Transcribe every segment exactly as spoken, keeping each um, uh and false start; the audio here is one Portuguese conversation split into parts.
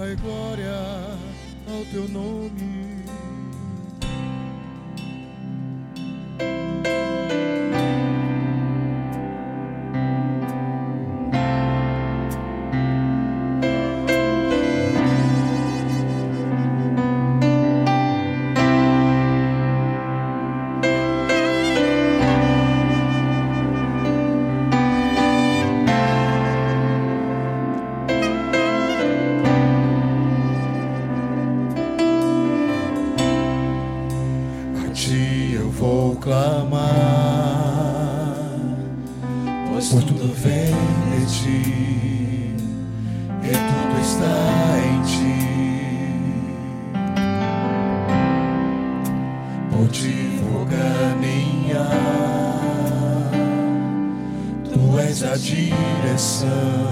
honra e glória ao teu nome. Pois tudo vem de ti, e tudo está em ti. Por ti vou caminhar, tu és a direção,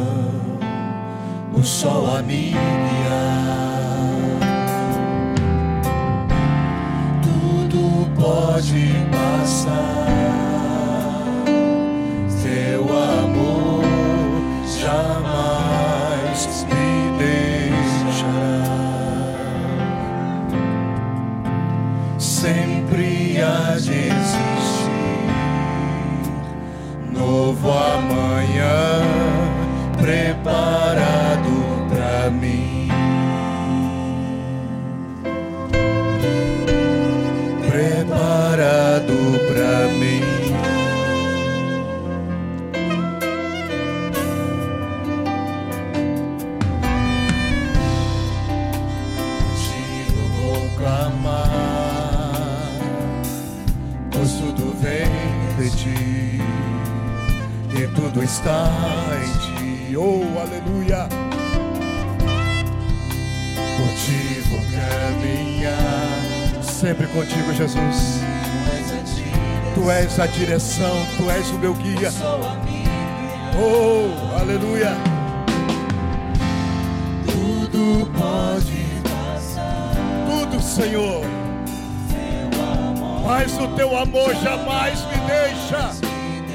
o sol a me guiar. Tudo pode passar, teu amor jamais me deixará. Sempre há de existir novo amanhã preparado pra mim. Preparado pra mim. E tudo está em ti, oh aleluia. Por ti vou caminhar, sempre contigo, Jesus. Tu és a direção, tu és o meu guia. Oh, aleluia. Tudo pode passar, tudo, Senhor, mas o teu amor jamais me deixa.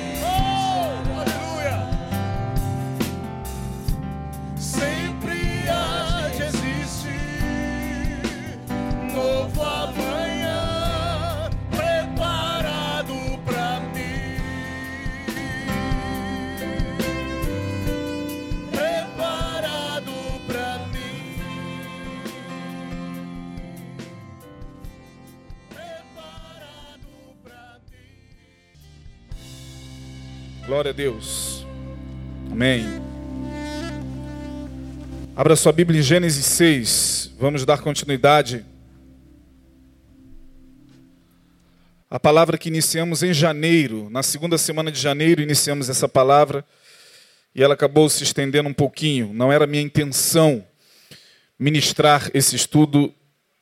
Glória a Deus. Amém. Abra sua Bíblia em Gênesis seis. Vamos dar continuidade à palavra que iniciamos em janeiro. Na segunda semana de janeiro iniciamos essa palavra e ela acabou se estendendo um pouquinho. Não era minha intenção ministrar esse estudo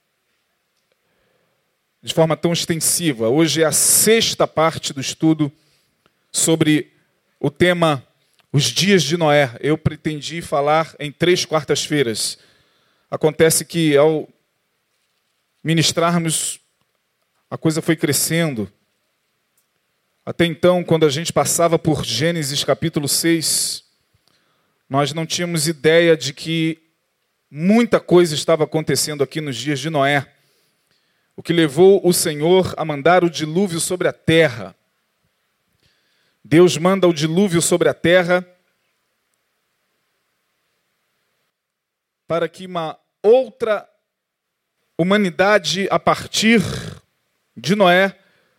de forma tão extensiva. Hoje é a sexta parte do estudo sobre o tema Os Dias de Noé. Eu pretendi falar em três quartas-feiras. Acontece que ao ministrarmos, a coisa foi crescendo. Até então, quando a gente passava por Gênesis capítulo seis, nós não tínhamos ideia de que muita coisa estava acontecendo aqui nos dias de Noé. O que levou o Senhor a mandar o dilúvio sobre a terra. Deus manda o dilúvio sobre a terra para que uma outra humanidade, a partir de Noé,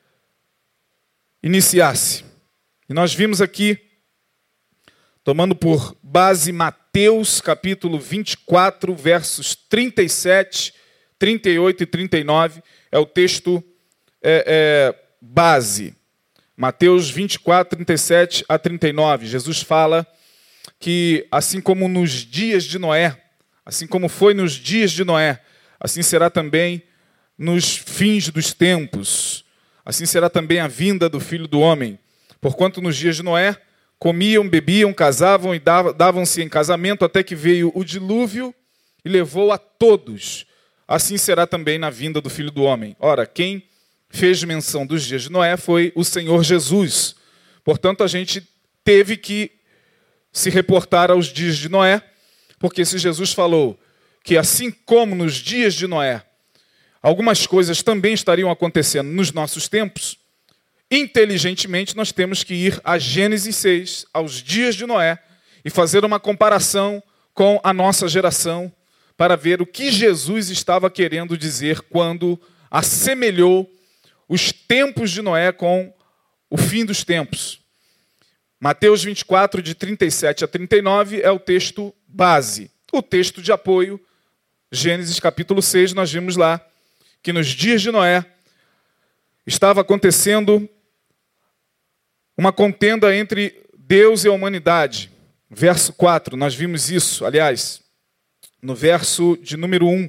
iniciasse. E nós vimos aqui, tomando por base Mateus capítulo vinte e quatro, versos trinta e sete, trinta e oito e trinta e nove, é o texto é, é, base. Mateus vinte e quatro, trinta e sete a trinta e nove, Jesus fala que assim como nos dias de Noé, assim como foi nos dias de Noé, assim será também nos fins dos tempos, assim será também a vinda do Filho do Homem. Porquanto nos dias de Noé, comiam, bebiam, casavam e davam-se em casamento, até que veio o dilúvio e levou a todos. Assim será também na vinda do Filho do Homem. Ora, quem fez menção dos dias de Noé foi o Senhor Jesus. Portanto, a gente teve que se reportar aos dias de Noé, porque se Jesus falou que, assim como nos dias de Noé, algumas coisas também estariam acontecendo nos nossos tempos, inteligentemente nós temos que ir a Gênesis seis, aos dias de Noé, e fazer uma comparação com a nossa geração, para ver o que Jesus estava querendo dizer quando assemelhou os tempos de Noé com o fim dos tempos. Mateus vinte e quatro, de trinta e sete a trinta e nove, é o texto base. O texto de apoio, Gênesis capítulo seis, nós vimos lá que nos dias de Noé estava acontecendo uma contenda entre Deus e a humanidade. Verso quatro, nós vimos isso, aliás, no verso de número um.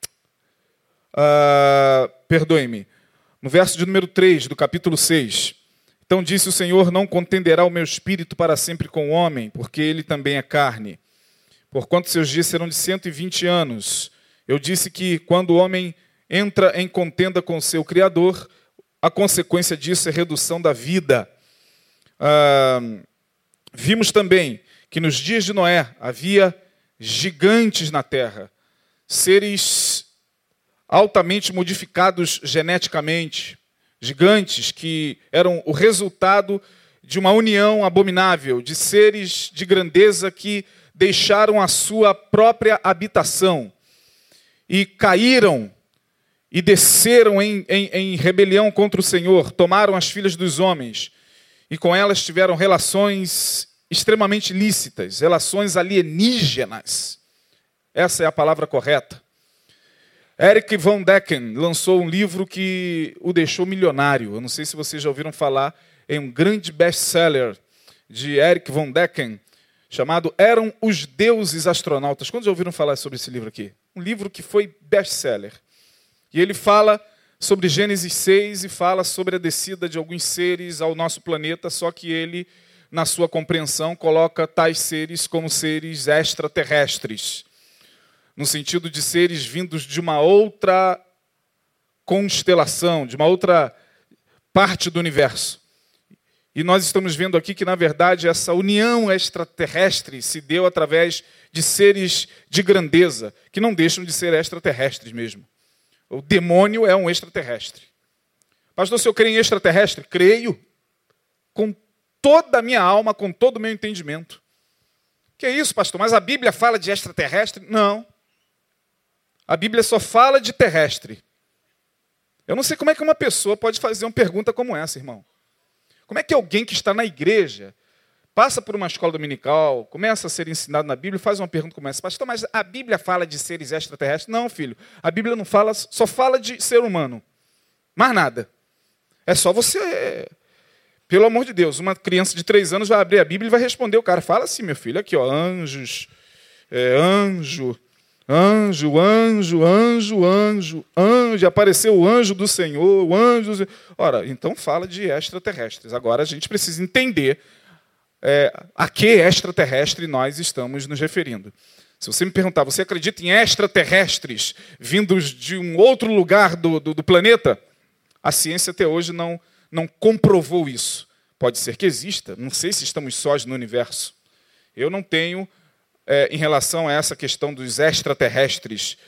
Uh, perdoe-me. No verso de número três do capítulo seis. Então disse o Senhor, não contenderá o meu espírito para sempre com o homem, porque ele também é carne. Porquanto seus dias serão de cento e vinte anos. Eu disse que quando o homem entra em contenda com o seu Criador, a consequência disso é redução da vida. Uh, vimos também que nos dias de Noé havia gigantes na terra, seres altamente modificados geneticamente, gigantes que eram o resultado de uma união abominável, de seres de grandeza que deixaram a sua própria habitação e caíram e desceram em, em, em rebelião contra o Senhor, tomaram as filhas dos homens e com elas tiveram relações extremamente ilícitas, relações alienígenas. Essa é a palavra correta. Eric Von Däniken lançou um livro que o deixou milionário. Eu não sei se vocês já ouviram falar em um grande best-seller de Eric Von Däniken, chamado Eram os Deuses Astronautas. Quantos já ouviram falar sobre esse livro aqui? Um livro que foi best-seller. E ele fala sobre Gênesis seis e fala sobre a descida de alguns seres ao nosso planeta, só que ele, na sua compreensão, coloca tais seres como seres extraterrestres, no sentido de seres vindos de uma outra constelação, de uma outra parte do universo. E nós estamos vendo aqui que, na verdade, essa união extraterrestre se deu através de seres de grandeza, que não deixam de ser extraterrestres mesmo. O demônio é um extraterrestre. Pastor, se eu creio em extraterrestre? Creio com toda a minha alma, com todo o meu entendimento. Que é isso, pastor? Mas a Bíblia fala de extraterrestre? Não. A Bíblia só fala de terrestre. Eu não sei como é que uma pessoa pode fazer uma pergunta como essa, irmão. Como é que alguém que está na igreja, passa por uma escola dominical, começa a ser ensinado na Bíblia e faz uma pergunta como essa? Pastor, mas a Bíblia fala de seres extraterrestres? Não, filho. A Bíblia não fala, só fala de ser humano. Mais nada. É só você... Pelo amor de Deus, uma criança de três anos vai abrir a Bíblia e vai responder o cara. Fala assim, meu filho, aqui, ó, anjos, é, anjo, anjo, anjo, anjo, anjo, anjo, apareceu o anjo do Senhor, o anjo do Senhor. Ora, então fala de extraterrestres. Agora a gente precisa entender é, a que extraterrestre nós estamos nos referindo. Se você me perguntar, você acredita em extraterrestres vindos de um outro lugar do, do, do planeta? A ciência até hoje não... não comprovou isso. Pode ser que exista, não sei se estamos sós no universo. Eu não tenho, é, em relação a essa questão dos extraterrestres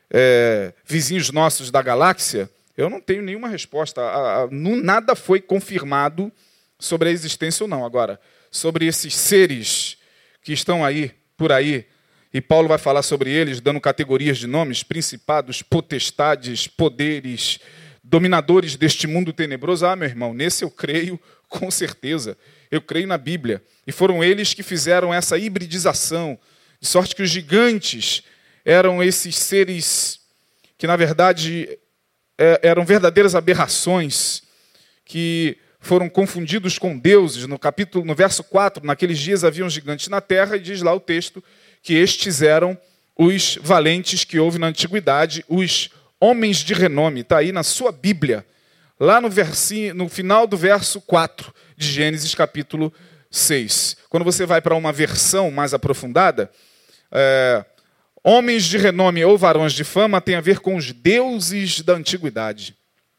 é, vizinhos nossos da galáxia, eu não tenho nenhuma resposta. A, a, não, nada foi confirmado sobre a existência ou não. Agora, sobre esses seres que estão aí, por aí, e Paulo vai falar sobre eles, dando categorias de nomes, principados, potestades, poderes, dominadores deste mundo tenebroso. Ah, meu irmão, nesse eu creio com certeza. Eu creio na Bíblia. E foram eles que fizeram essa hibridização, de sorte que os gigantes eram esses seres que, na verdade, eram verdadeiras aberrações, que foram confundidos com deuses. No capítulo, no verso quatro, naqueles dias haviam gigantes na terra, e diz lá o texto que estes eram os valentes que houve na antiguidade, os homens de renome. Está aí na sua Bíblia, lá no, versi, no final do verso quatro de Gênesis capítulo seis. Quando você vai para uma versão mais aprofundada, é, homens de renome ou varões de fama tem a ver com os deuses da antiguidade.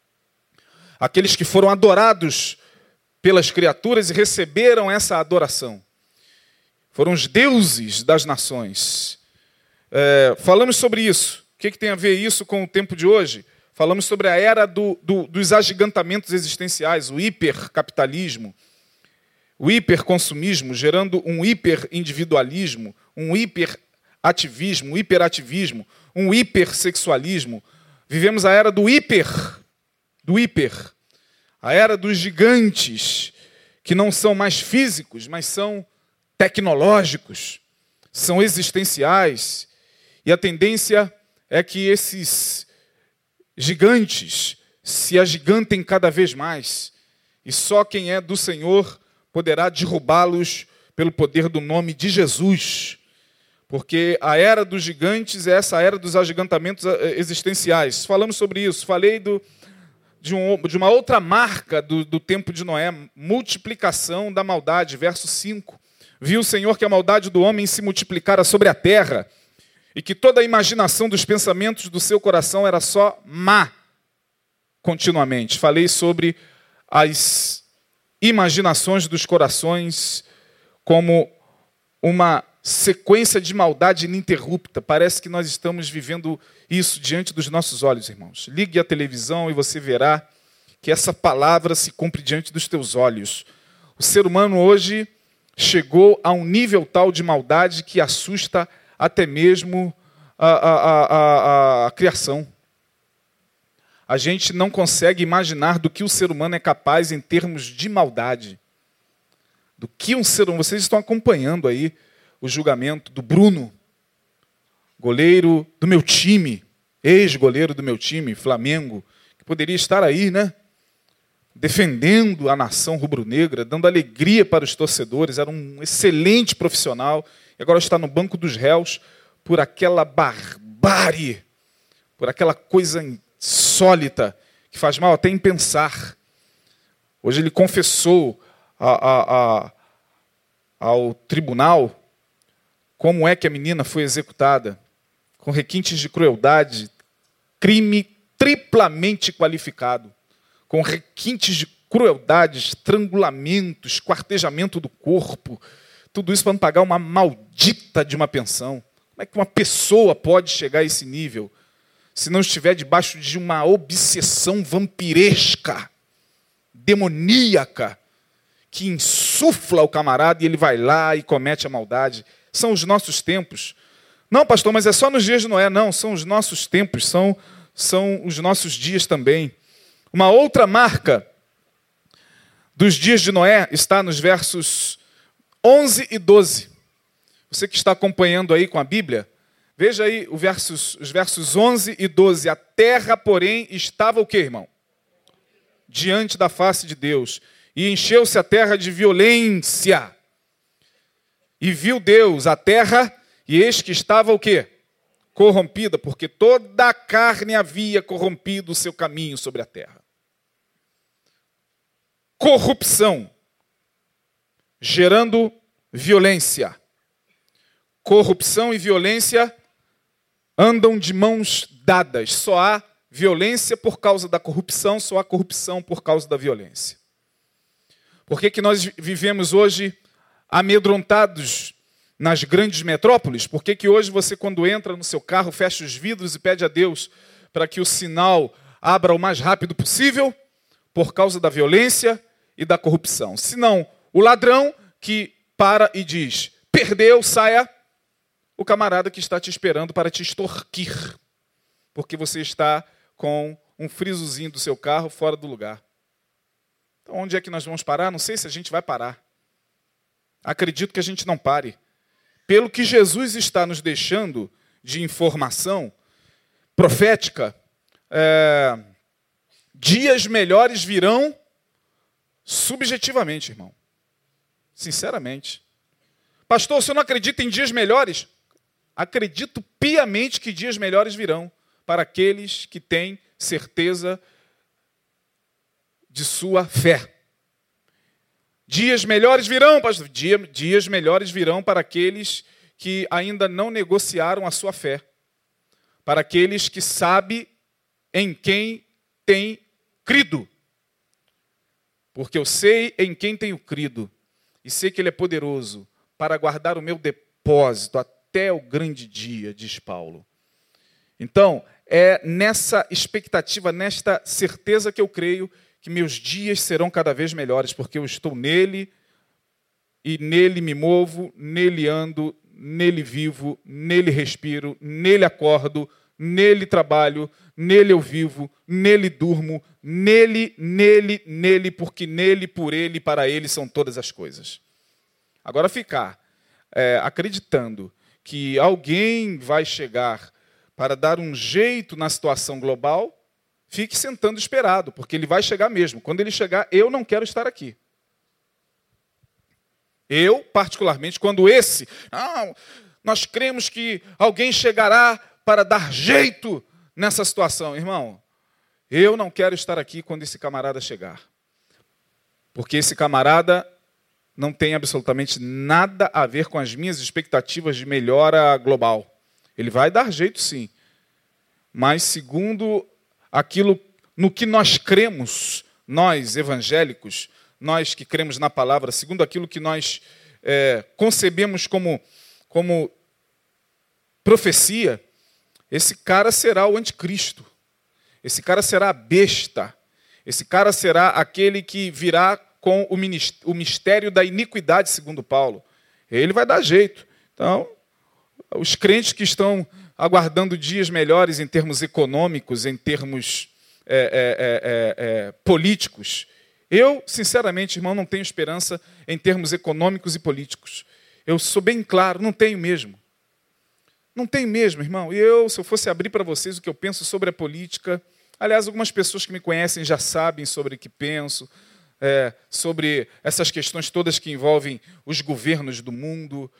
Aqueles que foram adorados pelas criaturas e receberam essa adoração. Foram os deuses das nações. É, falamos sobre isso. O que, que tem a ver isso com o tempo de hoje? Falamos sobre a era do, do, dos agigantamentos existenciais, o hipercapitalismo, o hiperconsumismo, gerando um hiperindividualismo, um hiperativismo, um hiperativismo, um hipersexualismo. Vivemos a era do hiper, do hiper, a era dos gigantes, que não são mais físicos, mas são tecnológicos, são existenciais. E a tendência é que esses gigantes se agigantem cada vez mais. E só quem é do Senhor poderá derrubá-los pelo poder do nome de Jesus. Porque a era dos gigantes é essa era dos agigantamentos existenciais. Falamos sobre isso. Falei do, de, um, de uma outra marca do, do tempo de Noé, multiplicação da maldade. Verso cinco. Viu o Senhor que a maldade do homem se multiplicara sobre a terra, e que toda a imaginação dos pensamentos do seu coração era só má continuamente. Falei sobre as imaginações dos corações como uma sequência de maldade ininterrupta. Parece que nós estamos vivendo isso diante dos nossos olhos, irmãos. Ligue a televisão e você verá que essa palavra se cumpre diante dos teus olhos. O ser humano hoje chegou a um nível tal de maldade que assusta até mesmo a, a, a, a, a criação. A gente não consegue imaginar do que o ser humano é capaz em termos de maldade. Do que um ser humano... Vocês estão acompanhando aí o julgamento do Bruno, goleiro do meu time, ex-goleiro do meu time, Flamengo, que poderia estar aí, né? Defendendo a nação rubro-negra, dando alegria para os torcedores, era um excelente profissional, e agora está no banco dos réus por aquela barbárie, por aquela coisa insólita, que faz mal até em pensar. Hoje ele confessou a, a, a, ao tribunal como é que a menina foi executada, com requintes de crueldade, crime triplamente qualificado, com requintes de crueldade, estrangulamento, esquartejamento do corpo, tudo isso para não pagar uma maldita de uma pensão. Como é que uma pessoa pode chegar a esse nível se não estiver debaixo de uma obsessão vampiresca, demoníaca, que insufla o camarada e ele vai lá e comete a maldade? São os nossos tempos. Não, pastor, mas é só nos dias de Noé. Não, são os nossos tempos, são, são os nossos dias também. Uma outra marca dos dias de Noé está nos versos onze e doze. Você que está acompanhando aí com a Bíblia, veja aí os versos, os versos onze e doze. A terra, porém, estava o quê, irmão? Diante da face de Deus. E encheu-se a terra de violência. E viu Deus a terra, e eis que estava o quê? Corrompida, porque toda a carne havia corrompido o seu caminho sobre a terra. Corrupção, gerando violência. Corrupção e violência andam de mãos dadas. Só há violência por causa da corrupção, só há corrupção por causa da violência. Por que que nós vivemos hoje amedrontados nas grandes metrópoles? Por que que hoje você, quando entra no seu carro, fecha os vidros e pede a Deus para que o sinal abra o mais rápido possível? Por causa da violência e da corrupção. Se não, o ladrão que para e diz, perdeu, saia, o camarada que está te esperando para te extorquir, porque você está com um frisozinho do seu carro fora do lugar. Então, onde é que nós vamos parar? Não sei se a gente vai parar. Acredito que a gente não pare. Pelo que Jesus está nos deixando de informação profética, é, dias melhores virão subjetivamente, irmão. Sinceramente. Pastor, o senhor não acredita em dias melhores? Acredito piamente que dias melhores virão para aqueles que têm certeza de sua fé. Dias melhores virão, pastor. Dia, dias melhores virão para aqueles que ainda não negociaram a sua fé. Para aqueles que sabem em quem tem crido. Porque eu sei em quem tenho crido. E sei que Ele é poderoso para guardar o meu depósito até o grande dia, diz Paulo. Então, é nessa expectativa, nesta certeza que eu creio que meus dias serão cada vez melhores, porque eu estou nele e nele me movo, nele ando, nele vivo, nele respiro, nele acordo, nele trabalho, nele eu vivo, nele durmo, nele, nele, nele, porque nele, por ele e para ele são todas as coisas. Agora ficar é, acreditando que alguém vai chegar para dar um jeito na situação global, fique sentando esperado, porque ele vai chegar mesmo. Quando ele chegar, eu não quero estar aqui. Eu, particularmente, quando esse, não, nós cremos que alguém chegará para dar jeito nessa situação. Irmão, eu não quero estar aqui quando esse camarada chegar. Porque esse camarada não tem absolutamente nada a ver com as minhas expectativas de melhora global. Ele vai dar jeito, sim. Mas segundo aquilo no que nós cremos, nós evangélicos, nós que cremos na palavra, segundo aquilo que nós é, concebemos como, como profecia, esse cara será o anticristo. Esse cara será a besta. Esse cara será aquele que virá com o mistério da iniquidade, segundo Paulo. Ele vai dar jeito. Então, os crentes que estão aguardando dias melhores em termos econômicos, em termos é, é, é, é, políticos, eu, sinceramente, irmão, não tenho esperança em termos econômicos e políticos. Eu sou bem claro, não tenho mesmo. Não tenho mesmo, irmão. E eu, se eu fosse abrir para vocês o que eu penso sobre a política, aliás, algumas pessoas que me conhecem já sabem sobre o que penso, é, sobre essas questões todas que envolvem os governos do mundo.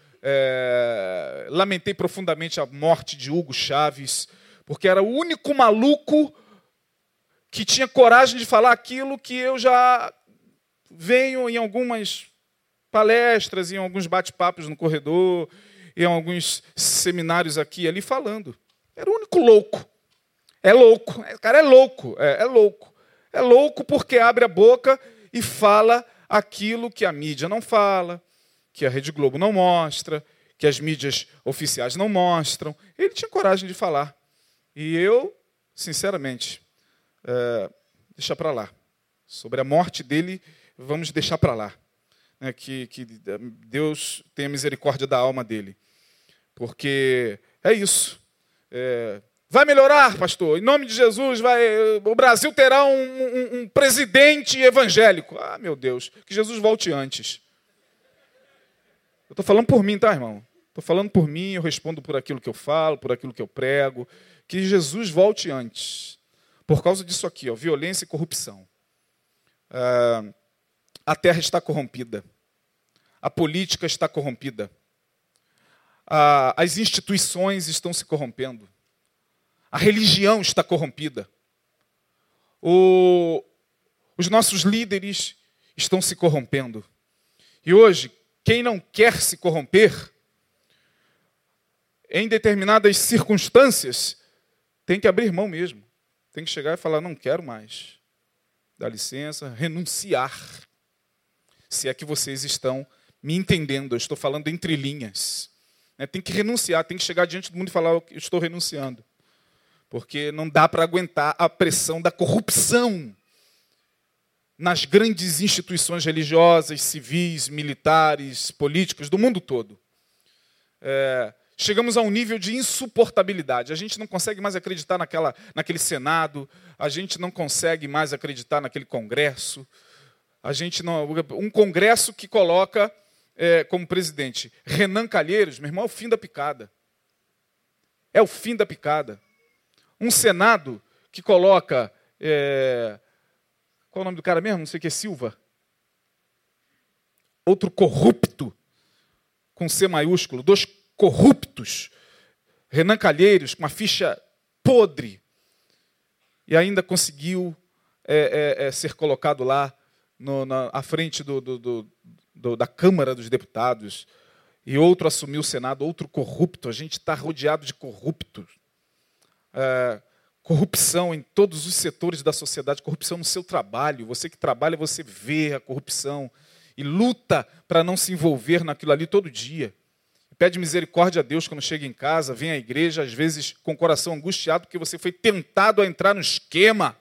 É, lamentei profundamente a morte de Hugo Chávez, porque era o único maluco que tinha coragem de falar aquilo que eu já venho em algumas palestras, em alguns bate-papos no corredor, em alguns seminários aqui e ali falando. Era o único louco. É louco. O cara é louco. É, é louco. É louco porque abre a boca e fala aquilo que a mídia não fala, que a Rede Globo não mostra, que as mídias oficiais não mostram. Ele tinha coragem de falar. E eu, sinceramente, é, deixa para lá. Sobre a morte dele, vamos deixar para lá. É, que, que Deus tenha misericórdia da alma dele. Porque é isso. É, vai melhorar, pastor. Em nome de Jesus, vai, o Brasil terá um, um, um presidente evangélico. Ah, meu Deus, que Jesus volte antes. Eu estou falando por mim, tá, irmão? Estou falando por mim, eu respondo por aquilo que eu falo, por aquilo que eu prego. Que Jesus volte antes. Por causa disso aqui, ó, violência e corrupção. Ah, a terra está corrompida. A política está corrompida. Ah, as instituições estão se corrompendo. A religião está corrompida. O, os nossos líderes estão se corrompendo. E hoje, quem não quer se corromper, em determinadas circunstâncias, tem que abrir mão mesmo. Tem que chegar e falar, não quero mais. Dá licença, renunciar. Se é que vocês estão me entendendo, eu estou falando entre linhas. Tem que renunciar, tem que chegar diante do mundo e falar, eu estou renunciando. Porque não dá para aguentar a pressão da corrupção nas grandes instituições religiosas, civis, militares, políticas do mundo todo. É, chegamos a um nível de insuportabilidade. A gente não consegue mais acreditar naquela, naquele Senado, a gente não consegue mais acreditar naquele Congresso. A gente não, um Congresso que coloca é, como presidente Renan Calheiros, meu irmão, é o fim da picada. É o fim da picada. Um Senado que coloca... É, qual é o nome do cara mesmo? Não sei o que, Silva. Outro corrupto, com C maiúsculo. Dois corruptos. Renan Calheiros, com uma ficha podre. E ainda conseguiu é, é, é, ser colocado lá no, na, à frente do, do, do, do, da Câmara dos Deputados. E outro assumiu o Senado, outro corrupto. A gente está rodeado de corruptos. É, corrupção em todos os setores da sociedade, corrupção no seu trabalho. Você que trabalha, você vê a corrupção e luta para não se envolver naquilo ali todo dia. pede misericórdia a Deus quando chega em casa, vem à igreja, às vezes com o coração angustiado, porque você foi tentado a entrar no esquema.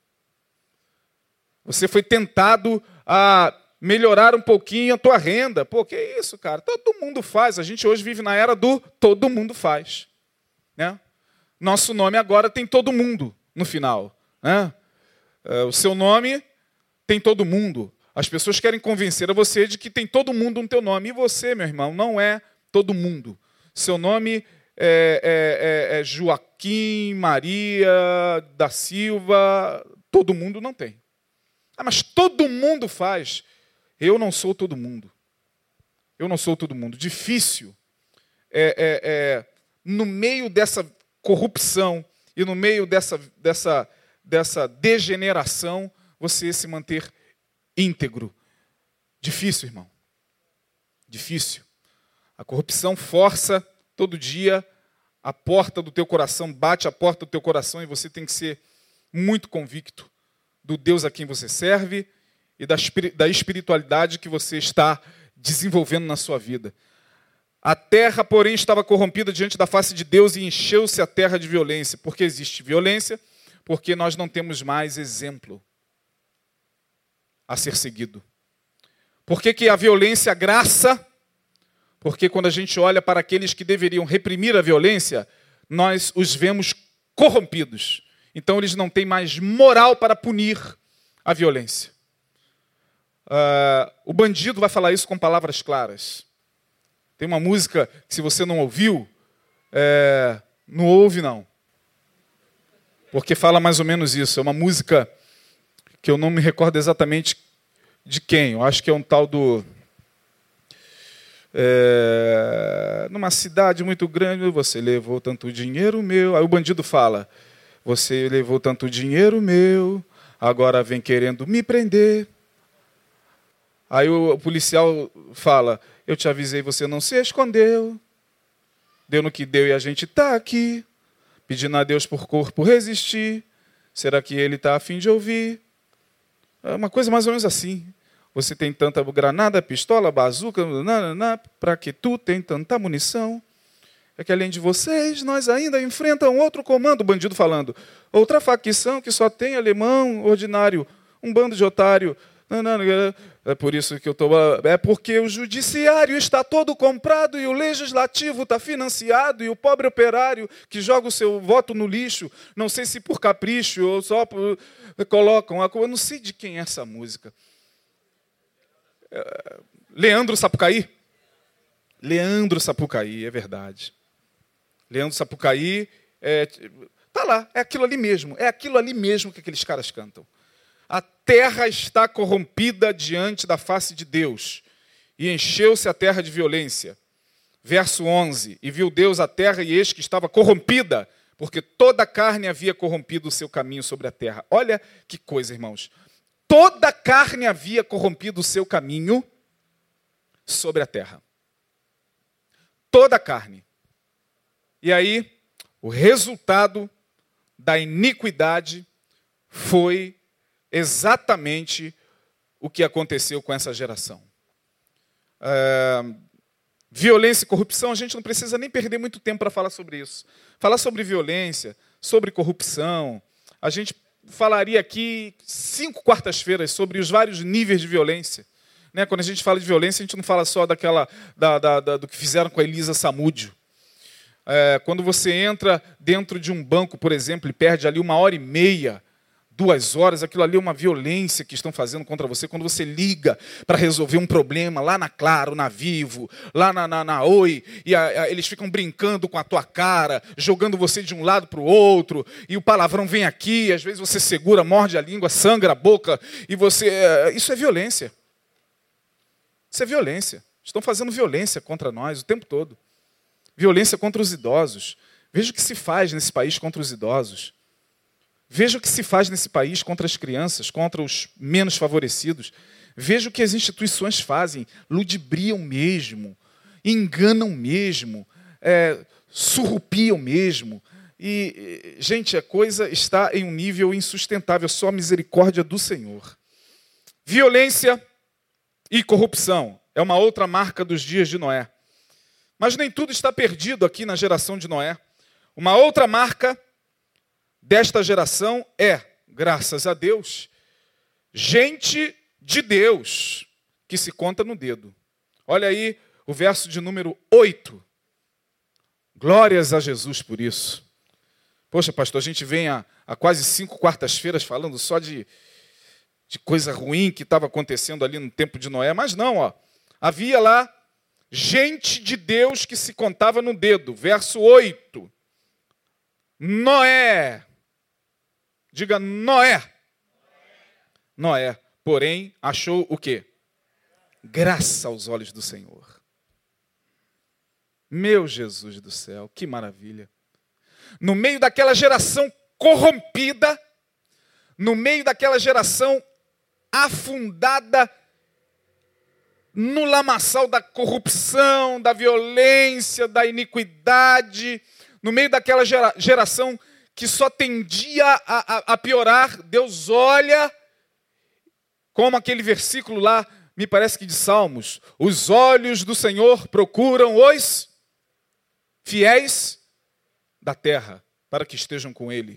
Você foi tentado a melhorar um pouquinho a tua renda. Pô, que isso, cara? Todo mundo faz. A gente hoje vive na era do todo mundo faz. Né? Nosso nome agora tem todo mundo no final. Né? O seu nome tem todo mundo. As pessoas querem convencer a você de que tem todo mundo no teu nome. E você, meu irmão, não é todo mundo. Seu nome é, é, é, é Joaquim, Maria, da Silva. Todo mundo não tem. Ah, mas todo mundo faz. Eu não sou todo mundo. Eu não sou todo mundo. Difícil é, é, é no meio dessa corrupção e no meio dessa, dessa, dessa degeneração, você se manter íntegro. Difícil, irmão. Difícil. A corrupção força todo dia a porta do teu coração, bate a porta do teu coração e você tem que ser muito convicto do Deus a quem você serve e da, da espiritualidade que você está desenvolvendo na sua vida. A terra, porém, estava corrompida diante da face de Deus e encheu-se a terra de violência. Porque existe violência? Porque nós não temos mais exemplo a ser seguido. Por que que a violência é graça? Porque quando a gente olha para aqueles que deveriam reprimir a violência, nós os vemos corrompidos. Então eles não têm mais moral para punir a violência. Uh, o bandido vai falar isso com palavras claras. Tem uma música que, se você não ouviu, é, não ouve não. Porque fala mais ou menos isso. É uma música que eu não me recordo exatamente de quem. Eu acho que é um tal do... É, numa cidade muito grande, você levou tanto dinheiro meu. Aí o bandido fala, você levou tanto dinheiro meu, agora vem querendo me prender. Aí o policial fala, eu te avisei, você não se escondeu. Deu no que deu e a gente está aqui, pedindo a Deus por corpo resistir. Será que ele está a fim de ouvir? É uma coisa mais ou menos assim. Você tem tanta granada, pistola, bazuca, para que tu tem tanta munição? É que além de vocês, nós ainda enfrentamos outro comando, o bandido falando. Outra facção que só tem alemão ordinário, um bando de otário. É por isso que eu estou... É porque o judiciário está todo comprado e o legislativo está financiado e o pobre operário que joga o seu voto no lixo, não sei se por capricho ou só por... colocam... Eu não sei de quem é essa música. Leandro Sapucaí? Leandro Sapucaí, é verdade. Leandro Sapucaí, é, tá lá, é aquilo ali mesmo, é aquilo ali mesmo que aqueles caras cantam. A terra está corrompida diante da face de Deus, e encheu-se a terra de violência. Verso onze, e viu Deus a terra, e eis que estava corrompida, porque toda a carne havia corrompido o seu caminho sobre a terra. Olha que coisa, irmãos. Toda a carne havia corrompido o seu caminho sobre a terra. Toda a carne. E aí, o resultado da iniquidade foi exatamente o que aconteceu com essa geração. É, violência e corrupção, a gente não precisa nem perder muito tempo para falar sobre isso. Falar sobre violência, sobre corrupção, a gente falaria aqui cinco quartas-feiras sobre os vários níveis de violência. Né? Quando a gente fala de violência, a gente não fala só daquela, da, da, da, do que fizeram com a Elisa Samúdio. É, quando você entra dentro de um banco, por exemplo, e perde ali uma hora e meia, duas horas, aquilo ali é uma violência que estão fazendo contra você. Quando você liga para resolver um problema lá na Claro, na Vivo, lá na, na, na Oi, e a, a, eles ficam brincando com a tua cara, jogando você de um lado para o outro, e o palavrão vem aqui, às vezes você segura, morde a língua, sangra a boca, e você... É, isso é violência. Isso é violência. Estão fazendo violência contra nós o tempo todo. Violência contra os idosos. Veja o que se faz nesse país contra os idosos. Veja o que se faz nesse país contra as crianças, contra os menos favorecidos. Veja o que as instituições fazem. Ludibriam mesmo, enganam mesmo, é, surrupiam mesmo. E, gente, a coisa está em um nível insustentável, só a misericórdia do Senhor. Violência e corrupção é uma outra marca dos dias de Noé. Mas nem tudo está perdido aqui na geração de Noé. Uma outra marca desta geração é, graças a Deus, gente de Deus que se conta no dedo. Olha aí o verso de número oito. Glórias a Jesus por isso. Poxa, pastor, a gente vem há, há quase cinco quartas-feiras falando só de, de coisa ruim que estava acontecendo ali no tempo de Noé, mas não, ó. Havia lá gente de Deus que se contava no dedo. Verso oito. Noé. Diga Noé. Noé, porém, achou o quê? Graça aos olhos do Senhor. Meu Jesus do céu, que maravilha. No meio daquela geração corrompida, no meio daquela geração afundada no lamaçal da corrupção, da violência, da iniquidade, no meio daquela gera, geração que só tendia a, a, a piorar, Deus olha, como aquele versículo lá, me parece que de Salmos, os olhos do Senhor procuram os fiéis da terra, para que estejam com Ele.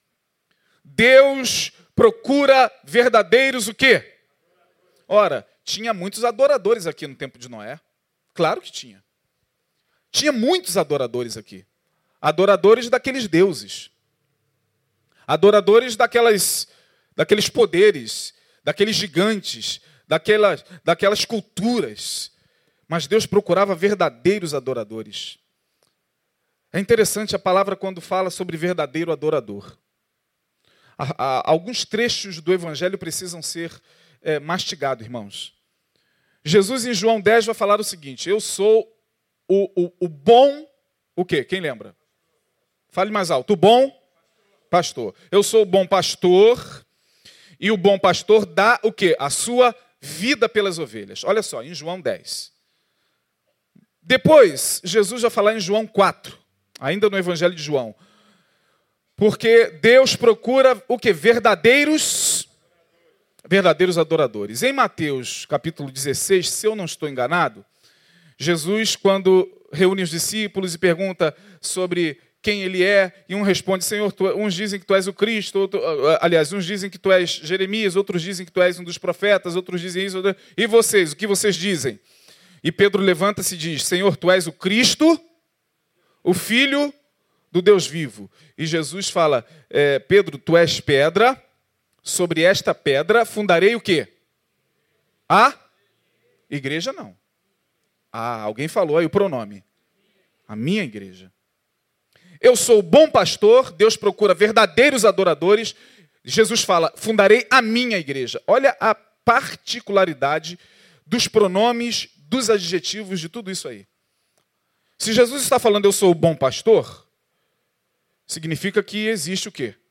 Deus procura verdadeiros o quê? Ora, tinha muitos adoradores aqui no tempo de Noé. Claro que tinha. Tinha muitos adoradores aqui. Adoradores daqueles deuses. Adoradores daquelas, daqueles poderes, daqueles gigantes, daquelas, daquelas culturas. Mas Deus procurava verdadeiros adoradores. É interessante a palavra quando fala sobre verdadeiro adorador. Há, há, alguns trechos do Evangelho precisam ser é, mastigados, irmãos. Jesus em João dez vai falar o seguinte, eu sou o, o, o bom, o quê? Quem lembra? Fale mais alto, o bom pastor. Eu sou o bom pastor e o bom pastor dá o quê? A sua vida pelas ovelhas. Olha só, em João dez. Depois, Jesus vai falar em João quatro. Ainda no Evangelho de João. Porque Deus procura o quê? Verdadeiros, verdadeiros adoradores. Em Mateus capítulo dezesseis, se eu não estou enganado, Jesus, quando reúne os discípulos e pergunta sobre quem ele é, e um responde, Senhor, tu, uns dizem que tu és o Cristo, outro, aliás, uns dizem que tu és Jeremias, outros dizem que tu és um dos profetas, outros dizem isso, outro, e vocês, o que vocês dizem? E Pedro levanta-se e diz, Senhor, tu és o Cristo, o Filho do Deus vivo. E Jesus fala, é, Pedro, tu és pedra, sobre esta pedra fundarei o quê? A igreja não. Ah, alguém falou aí o pronome. A minha igreja. Eu sou o bom pastor, Deus procura verdadeiros adoradores. Jesus fala, fundarei a minha igreja. Olha a particularidade dos pronomes, dos adjetivos, de tudo isso aí. Se Jesus está falando, eu sou o bom pastor, significa que existe o quê?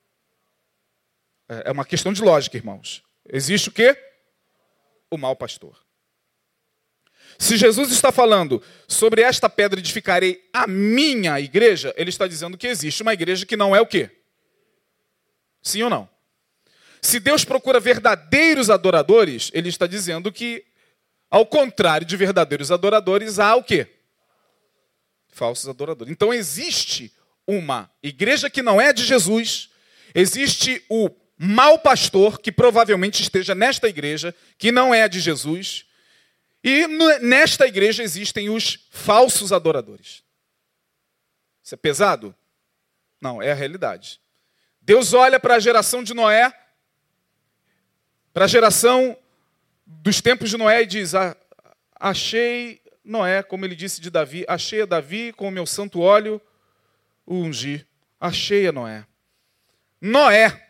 É uma questão de lógica, irmãos. Existe o quê? O mau pastor. Se Jesus está falando, sobre esta pedra edificarei a minha igreja, ele está dizendo que existe uma igreja que não é o quê? Sim ou não? Se Deus procura verdadeiros adoradores, ele está dizendo que, ao contrário de verdadeiros adoradores, há o quê? Falsos adoradores. Então existe uma igreja que não é de Jesus, existe o mau pastor, que provavelmente esteja nesta igreja, que não é de Jesus, e nesta igreja existem os falsos adoradores. Isso é pesado? Não, é a realidade. Deus olha para a geração de Noé, para a geração dos tempos de Noé e diz, ah, achei Noé, como ele disse de Davi, achei a Davi com o meu santo óleo o ungi. Achei a Noé. Noé.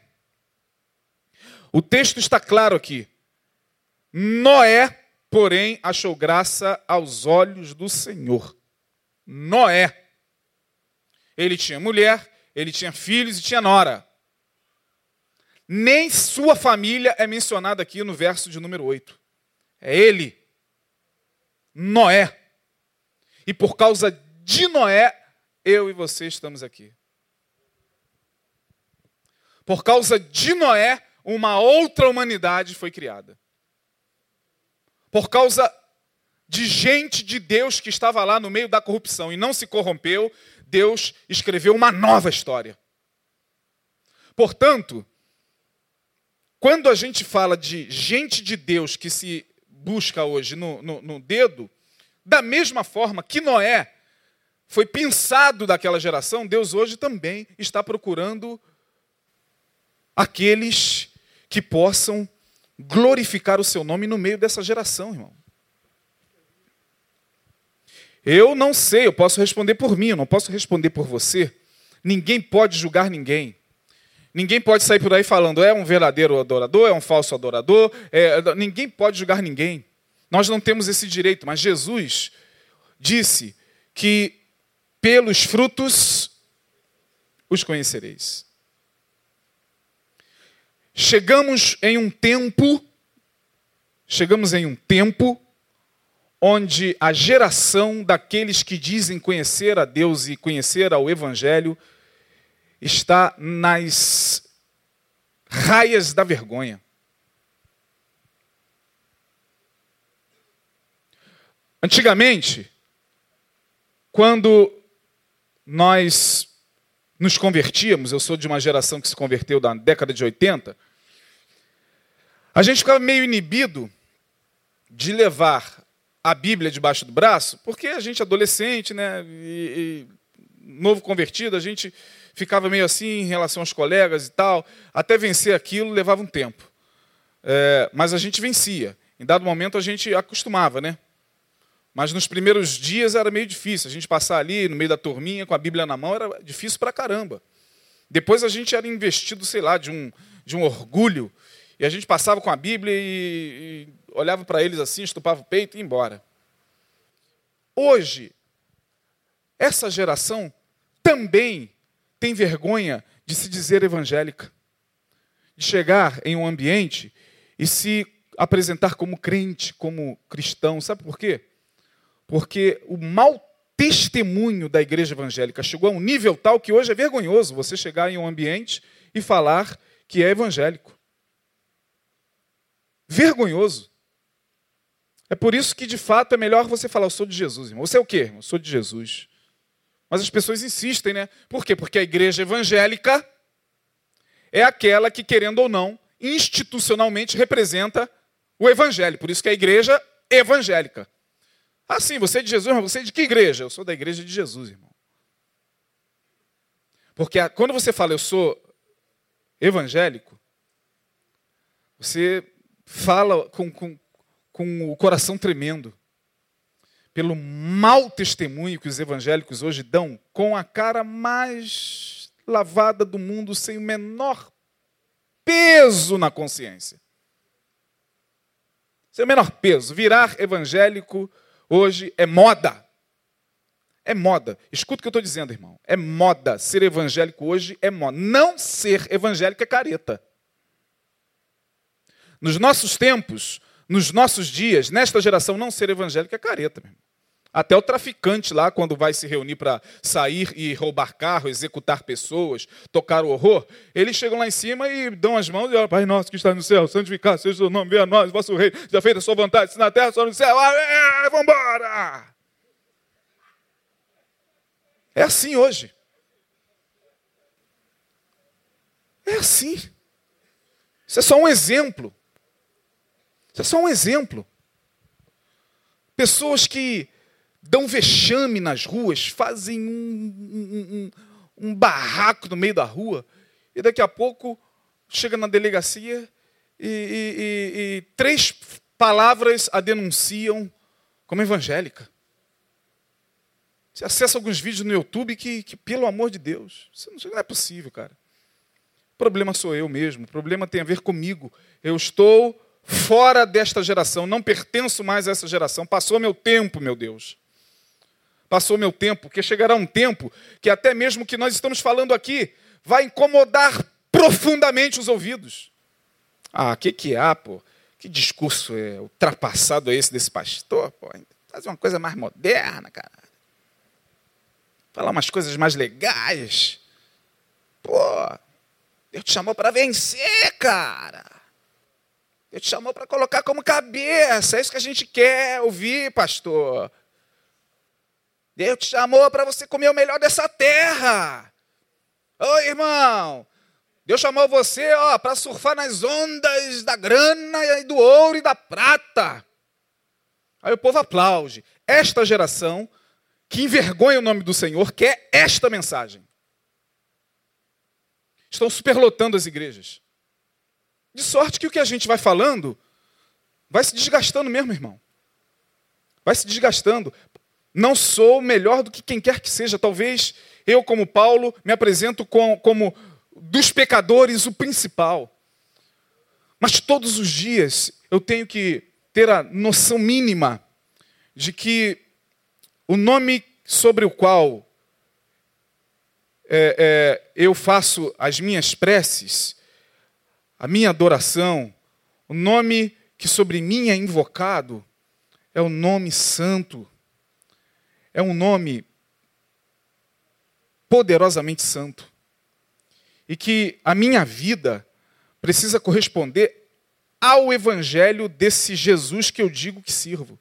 O texto está claro aqui. Noé, porém, achou graça aos olhos do Senhor. Noé. Ele tinha mulher, ele tinha filhos e tinha nora. Nem sua família é mencionada aqui no verso de número oito. É ele. Noé. E por causa de Noé, eu e você estamos aqui. Por causa de Noé, uma outra humanidade foi criada. Por causa de gente de Deus que estava lá no meio da corrupção e não se corrompeu, Deus escreveu uma nova história. Portanto, quando a gente fala de gente de Deus que se busca hoje no, no, no dedo, da mesma forma que Noé foi pensado daquela geração, Deus hoje também está procurando aqueles que possam glorificar o seu nome no meio dessa geração, irmão. Eu não sei, eu posso responder por mim, eu não posso responder por você. Ninguém pode julgar ninguém. Ninguém pode sair por aí falando, é um verdadeiro adorador, é um falso adorador. É... Ninguém pode julgar ninguém. Nós não temos esse direito, mas Jesus disse que pelos frutos os conhecereis. Chegamos em um tempo, chegamos em um tempo onde a geração daqueles que dizem conhecer a Deus e conhecer ao Evangelho está nas raias da vergonha. Antigamente, quando nós nos convertíamos, eu sou de uma geração que se converteu na década de oitenta, a gente ficava meio inibido de levar a Bíblia debaixo do braço, porque a gente adolescente, né, e, e novo convertido, a gente ficava meio assim em relação aos colegas e tal, até vencer aquilo levava um tempo. É, mas a gente vencia. Em dado momento a gente acostumava, né? Mas nos primeiros dias era meio difícil. A gente passar ali no meio da turminha com a Bíblia na mão era difícil pra caramba. Depois a gente era investido, sei lá, de um, de um orgulho. E a gente passava com a Bíblia e, e olhava para eles assim, estupava o peito e ia embora. Hoje, essa geração também tem vergonha de se dizer evangélica. De chegar em um ambiente e se apresentar como crente, como cristão. Sabe por quê? Porque o mau testemunho da igreja evangélica chegou a um nível tal que hoje é vergonhoso você chegar em um ambiente e falar que é evangélico. Vergonhoso. É por isso que, de fato, é melhor você falar, eu sou de Jesus, irmão. Você é o quê? Eu sou de Jesus. Mas as pessoas insistem, né? Por quê? Porque a igreja evangélica é aquela que, querendo ou não, institucionalmente representa o evangelho. Por isso que é a igreja evangélica. Ah, sim, você é de Jesus, mas você é de que igreja? Eu sou da igreja de Jesus, irmão. Porque quando você fala, eu sou evangélico, você fala com, com, com o coração tremendo. Pelo mau testemunho que os evangélicos hoje dão, com a cara mais lavada do mundo, sem o menor peso na consciência. Sem o menor peso. Virar evangélico hoje é moda. É moda. Escuta o que eu estou dizendo, irmão. É moda. Ser evangélico hoje é moda. Não ser evangélico é careta. Nos nossos tempos, nos nossos dias, nesta geração, não ser evangélico é careta, meu irmão. Até o traficante lá, quando vai se reunir para sair e roubar carro, executar pessoas, tocar o horror, eles chegam lá em cima e dão as mãos e falam, Pai nosso que está no céu, santificado seja o seu nome, venha a nós, vosso reino, já feita a sua vontade, se na terra, só no céu, ah, vamos embora! É assim hoje. É assim. Isso é só um exemplo. Isso é só um exemplo. Pessoas que dão vexame nas ruas, fazem um, um, um, um barraco no meio da rua, e daqui a pouco chega na delegacia e, e, e, e três palavras a denunciam como evangélica. Você acessa alguns vídeos no YouTube que, que pelo amor de Deus, isso não é possível, cara. O problema sou eu mesmo, o problema tem a ver comigo. Eu estou fora desta geração, não pertenço mais a essa geração. Passou meu tempo, meu Deus. Passou meu tempo, porque chegará um tempo que até mesmo o que nós estamos falando aqui vai incomodar profundamente os ouvidos. Ah, o que que há, pô? Que discurso é ultrapassado é esse desse pastor, pô? Fazer uma coisa mais moderna, cara. Falar umas coisas mais legais. Pô, Deus te chamou para vencer, cara. Deus te chamou para colocar como cabeça. É isso que a gente quer ouvir, pastor. Deus te chamou para você comer o melhor dessa terra. Oi, irmão. Deus chamou você para surfar nas ondas da grana, e do ouro e da prata. Aí o povo aplaude. Esta geração, que envergonha o nome do Senhor, quer esta mensagem. Estão superlotando as igrejas. De sorte que o que a gente vai falando vai se desgastando mesmo, irmão. Vai se desgastando. Não sou melhor do que quem quer que seja. Talvez eu, como Paulo, me apresento com, como dos pecadores o principal. Mas todos os dias eu tenho que ter a noção mínima de que o nome sobre o qual é, é, eu faço as minhas preces, a minha adoração, o nome que sobre mim é invocado, é o nome santo. É um nome poderosamente santo. E que a minha vida precisa corresponder ao evangelho desse Jesus que eu digo que sirvo.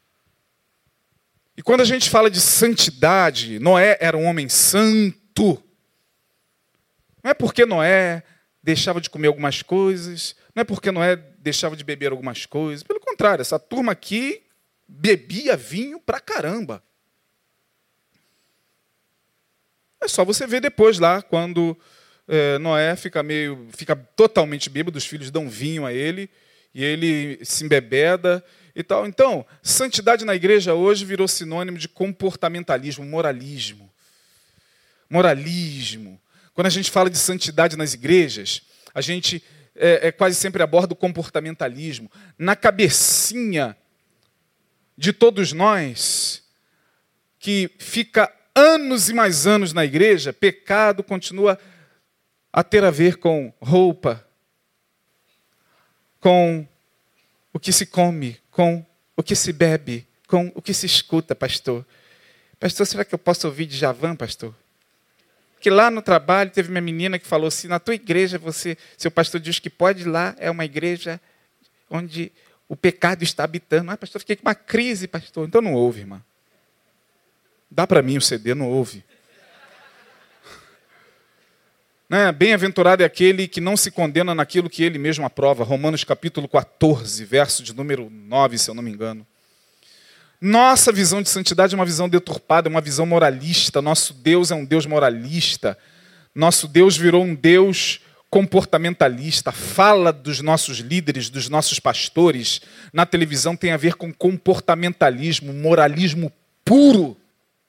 E quando a gente fala de santidade, Noé era um homem santo. Não é porque Noé deixava de comer algumas coisas, não é porque Noé deixava de beber algumas coisas. Pelo contrário, essa turma aqui bebia vinho pra caramba. É só você ver depois lá, quando é, Noé fica meio, fica totalmente bêbado, os filhos dão vinho a ele, e ele se embebeda e tal. Então, santidade na igreja hoje virou sinônimo de comportamentalismo, moralismo. Moralismo. Quando a gente fala de santidade nas igrejas, a gente é, é, quase sempre aborda o comportamentalismo. Na cabecinha de todos nós, que fica anos e mais anos na igreja, pecado continua a ter a ver com roupa, com o que se come, com o que se bebe, com o que se escuta, pastor. Pastor, será que eu posso ouvir de Djavan, pastor? Que lá no trabalho teve uma menina que falou assim, na tua igreja, você, seu pastor diz que pode ir lá, é uma igreja onde o pecado está habitando. Ah, pastor, fiquei com uma crise, pastor. Então não ouve, irmã. Dá para mim o C D, não ouve. Né? Bem-aventurado é aquele que não se condena naquilo que ele mesmo aprova. Romanos capítulo quatorze, verso de número nove, se eu não me engano. Nossa visão de santidade é uma visão deturpada, é uma visão moralista. Nosso Deus é um Deus moralista. Nosso Deus virou um Deus comportamentalista. Fala dos nossos líderes, dos nossos pastores, na televisão tem a ver com comportamentalismo, moralismo puro.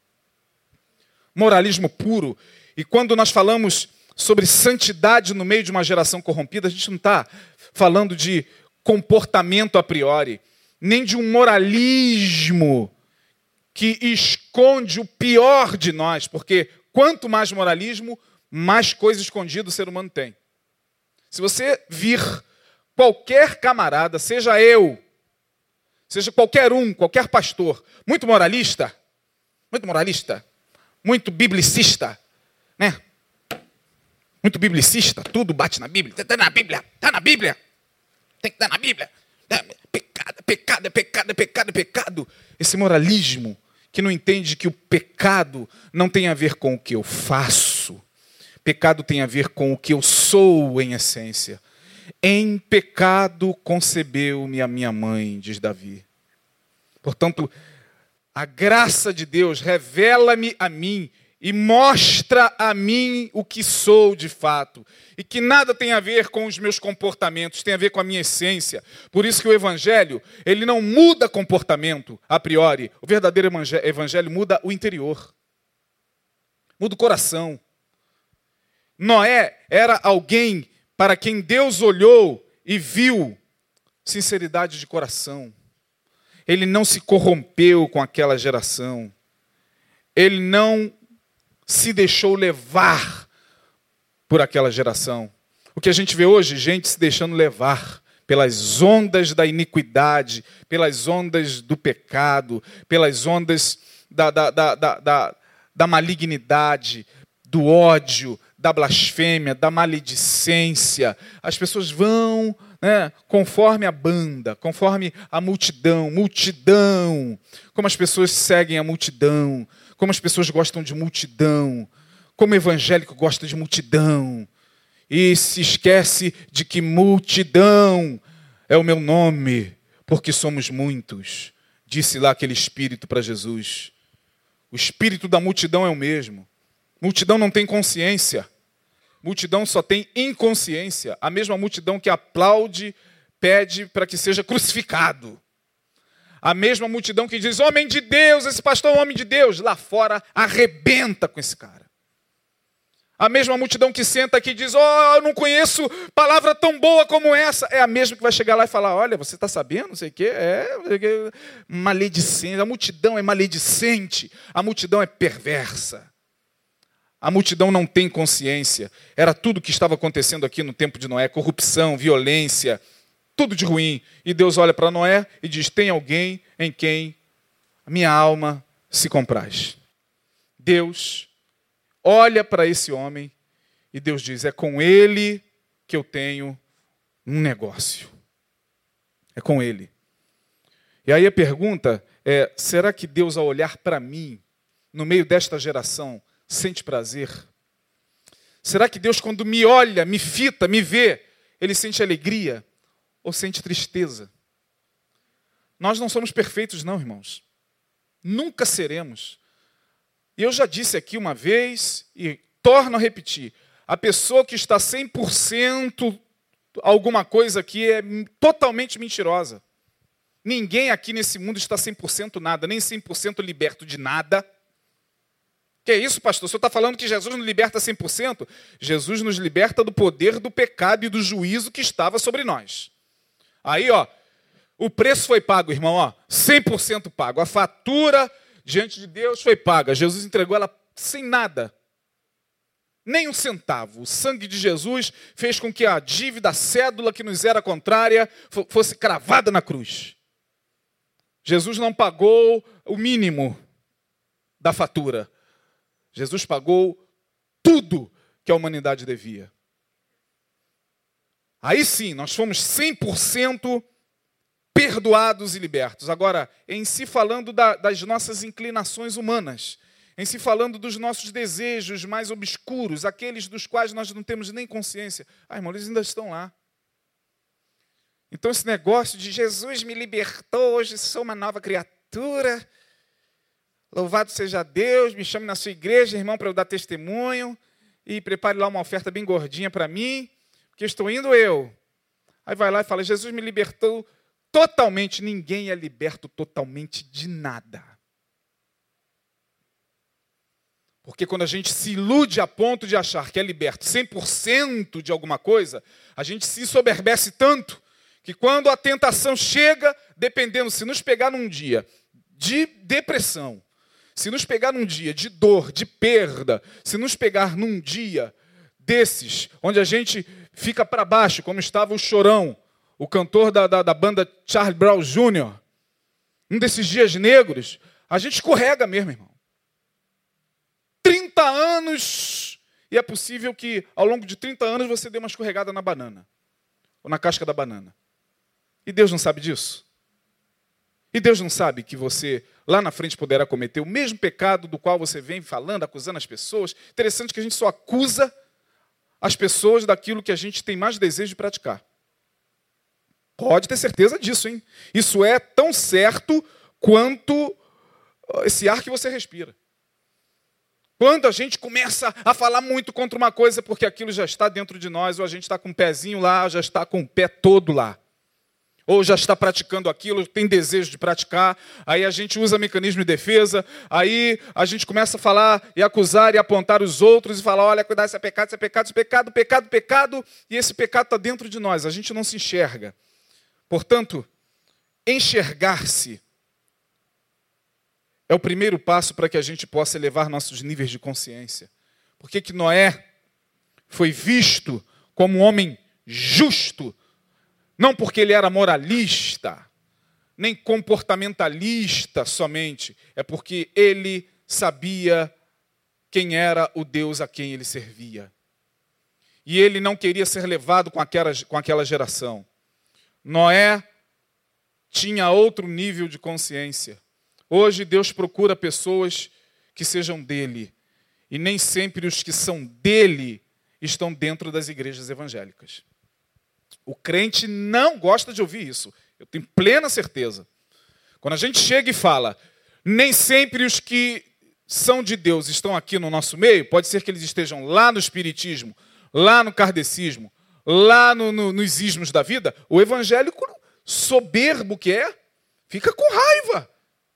Moralismo puro. E quando nós falamos sobre santidade no meio de uma geração corrompida, a gente não está falando de comportamento a priori, nem de um moralismo que esconde o pior de nós, porque quanto mais moralismo, mais coisa escondida o ser humano tem. Se você vir qualquer camarada, seja eu, seja qualquer um, qualquer pastor, muito moralista, muito moralista, muito biblicista, né? Muito biblicista, tudo bate na Bíblia, está na Bíblia, está na Bíblia, tem que estar na Bíblia. Pecado, pecado, é pecado, é pecado, é pecado. Esse moralismo que não entende que o pecado não tem a ver com o que eu faço. Pecado tem a ver com o que eu sou em essência. Em pecado concebeu-me a minha mãe, diz Davi. Portanto, a graça de Deus revela-me a mim e mostra a mim o que sou de fato. E que nada tem a ver com os meus comportamentos, tem a ver com a minha essência. Por isso que o evangelho, ele não muda comportamento a priori. O verdadeiro evangelho muda o interior. Muda o coração. Noé era alguém para quem Deus olhou e viu sinceridade de coração. Ele não se corrompeu com aquela geração. Ele não se deixou levar por aquela geração. O que a gente vê hoje, gente se deixando levar pelas ondas da iniquidade, pelas ondas do pecado, pelas ondas da, da, da, da, da, da malignidade, do ódio, da blasfêmia, da maledicência. As pessoas vão né, conforme a banda, conforme a multidão, multidão, como as pessoas seguem a multidão, como as pessoas gostam de multidão, como o evangélico gosta de multidão, e se esquece de que multidão é o meu nome, porque somos muitos, disse lá aquele espírito para Jesus. O espírito da multidão é o mesmo. Multidão não tem consciência. Multidão só tem inconsciência. A mesma multidão que aplaude, pede para que seja crucificado. A mesma multidão que diz, homem de Deus, esse pastor é um homem de Deus. Lá fora, arrebenta com esse cara. A mesma multidão que senta aqui e diz, oh, eu não conheço palavra tão boa como essa. É a mesma que vai chegar lá e falar, olha, você está sabendo, não sei o quê. É maledicente. A multidão é maledicente. A multidão é perversa. A multidão não tem consciência. Era tudo que estava acontecendo aqui no tempo de Noé. Corrupção, violência, tudo de ruim. E Deus olha para Noé e diz, tem alguém em quem a minha alma se compraz. Deus olha para esse homem e Deus diz, é com ele que eu tenho um negócio. É com ele. E aí a pergunta é, será que Deus, ao olhar para mim, no meio desta geração, sente prazer? Será que Deus, quando me olha, me fita, me vê, ele sente alegria ou sente tristeza? Nós não somos perfeitos não, irmãos. Nunca seremos. E eu já disse aqui uma vez, e torno a repetir, a pessoa que está cem por cento alguma coisa aqui é totalmente mentirosa. Ninguém aqui nesse mundo está cem por cento nada, nem cem por cento liberto de nada. Que é isso, pastor? O senhor está falando que Jesus nos liberta cem por cento? Jesus nos liberta do poder do pecado e do juízo que estava sobre nós. Aí, ó, o preço foi pago, irmão, ó, cem por cento pago. A fatura diante de Deus foi paga. Jesus entregou ela sem nada. Nem um centavo. O sangue de Jesus fez com que a dívida, a cédula que nos era contrária, fosse cravada na cruz. Jesus não pagou o mínimo da fatura. Jesus pagou tudo que a humanidade devia. Aí sim, nós fomos cem por cento perdoados e libertos. Agora, em si falando da, das nossas inclinações humanas, em si falando dos nossos desejos mais obscuros, aqueles dos quais nós não temos nem consciência. Ah, irmão, eles ainda estão lá. Então esse negócio de Jesus me libertou, hoje sou uma nova criatura, louvado seja Deus, me chame na sua igreja, irmão, para eu dar testemunho, e prepare lá uma oferta bem gordinha para mim, porque estou indo eu. Aí vai lá e fala, Jesus me libertou totalmente. Ninguém é liberto totalmente de nada. Porque quando a gente se ilude a ponto de achar que é liberto cem por cento de alguma coisa, a gente se soberbece tanto, que quando a tentação chega, dependendo, se nos pegar num dia de depressão, se nos pegar num dia de dor, de perda, se nos pegar num dia desses, onde a gente fica para baixo, como estava o Chorão, o cantor da, da, da banda Charlie Brown Júnior, um desses dias negros, a gente escorrega mesmo, irmão. trinta anos, e é possível que ao longo de trinta anos você dê uma escorregada na banana, ou na casca da banana. E Deus não sabe disso? E Deus não sabe que você lá na frente poderá cometer o mesmo pecado do qual você vem falando, acusando as pessoas? Interessante que a gente só acusa as pessoas daquilo que a gente tem mais desejo de praticar. Pode ter certeza disso, hein? Isso é tão certo quanto esse ar que você respira. Quando a gente começa a falar muito contra uma coisa, porque aquilo já está dentro de nós, ou a gente está com o pezinho lá, ou já está com o pé todo lá. Ou já está praticando aquilo, tem desejo de praticar, aí a gente usa mecanismo de defesa, aí a gente começa a falar e acusar e apontar os outros e falar, olha, cuidado, isso é pecado, isso é pecado, isso é pecado, pecado, pecado, e esse pecado está dentro de nós, a gente não se enxerga. Portanto, enxergar-se é o primeiro passo para que a gente possa elevar nossos níveis de consciência. Por que que Noé foi visto como um homem justo? Não porque ele era moralista, nem comportamentalista somente. É porque ele sabia quem era o Deus a quem ele servia. E ele não queria ser levado com aquela, com aquela geração. Noé tinha outro nível de consciência. Hoje Deus procura pessoas que sejam dele. E nem sempre os que são dele estão dentro das igrejas evangélicas. O crente não gosta de ouvir isso. Eu tenho plena certeza. Quando a gente chega e fala, nem sempre os que são de Deus estão aqui no nosso meio, pode ser que eles estejam lá no espiritismo, lá no kardecismo, lá no, no, nos ismos da vida, o evangélico soberbo que é, fica com raiva.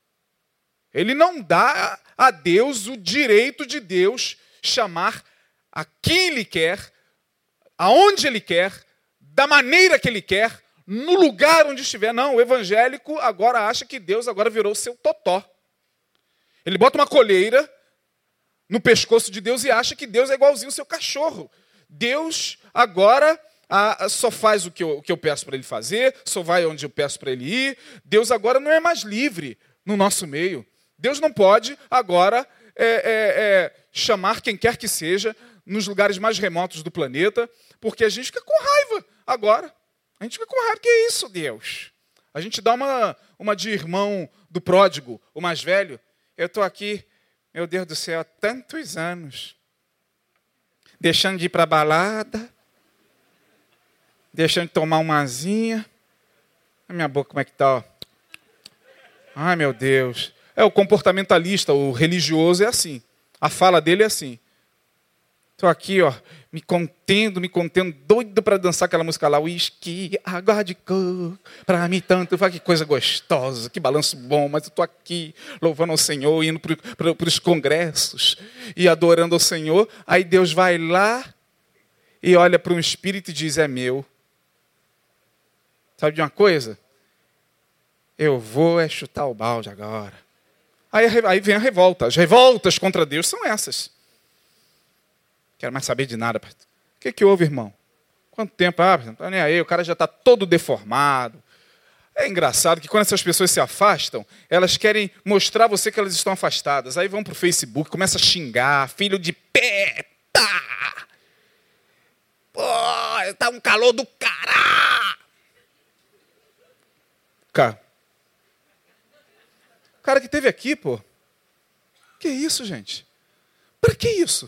Ele não dá a Deus o direito de Deus chamar a quem Ele quer, aonde Ele quer, da maneira que Ele quer, no lugar onde estiver. Não, o evangélico agora acha que Deus agora virou seu totó. Ele bota uma coleira no pescoço de Deus e acha que Deus é igualzinho ao seu cachorro. Deus agora ah, só faz o que eu, o que eu peço para Ele fazer, só vai onde eu peço para Ele ir. Deus agora não é mais livre no nosso meio. Deus não pode agora é, é, é, chamar quem quer que seja nos lugares mais remotos do planeta, porque a gente fica com raiva agora. A gente fica com raiva. Que é isso, Deus? A gente dá uma, uma de irmão do pródigo, o mais velho. Eu estou aqui, meu Deus do céu, há tantos anos, deixando de ir para a balada, deixando de tomar uma asinha. A minha boca como é que está? Ai, meu Deus. É, o comportamentalista, o religioso é assim. A fala dele é assim. Estou aqui, ó, me contendo, me contendo, doido para dançar aquela música lá, uísque, água de coco, para mim tanto. Que coisa gostosa, que balanço bom, mas eu estou aqui louvando ao Senhor, indo para os congressos e adorando ao Senhor. Aí Deus vai lá e olha para um espírito e diz, é meu. Sabe de uma coisa? Eu vou é chutar o balde agora. Aí, aí vem a revolta. As revoltas contra Deus são essas. Quero mais saber de nada. O que, que houve, irmão? Quanto tempo? Ah, não tá nem aí, o cara já está todo deformado. É engraçado que quando essas pessoas se afastam, elas querem mostrar a você que elas estão afastadas. Aí vão para o Facebook, começa a xingar, filho de pé, tá! Pô, tá um calor do cará! Cara, o cara que teve aqui, pô. Que isso, gente? Para que isso?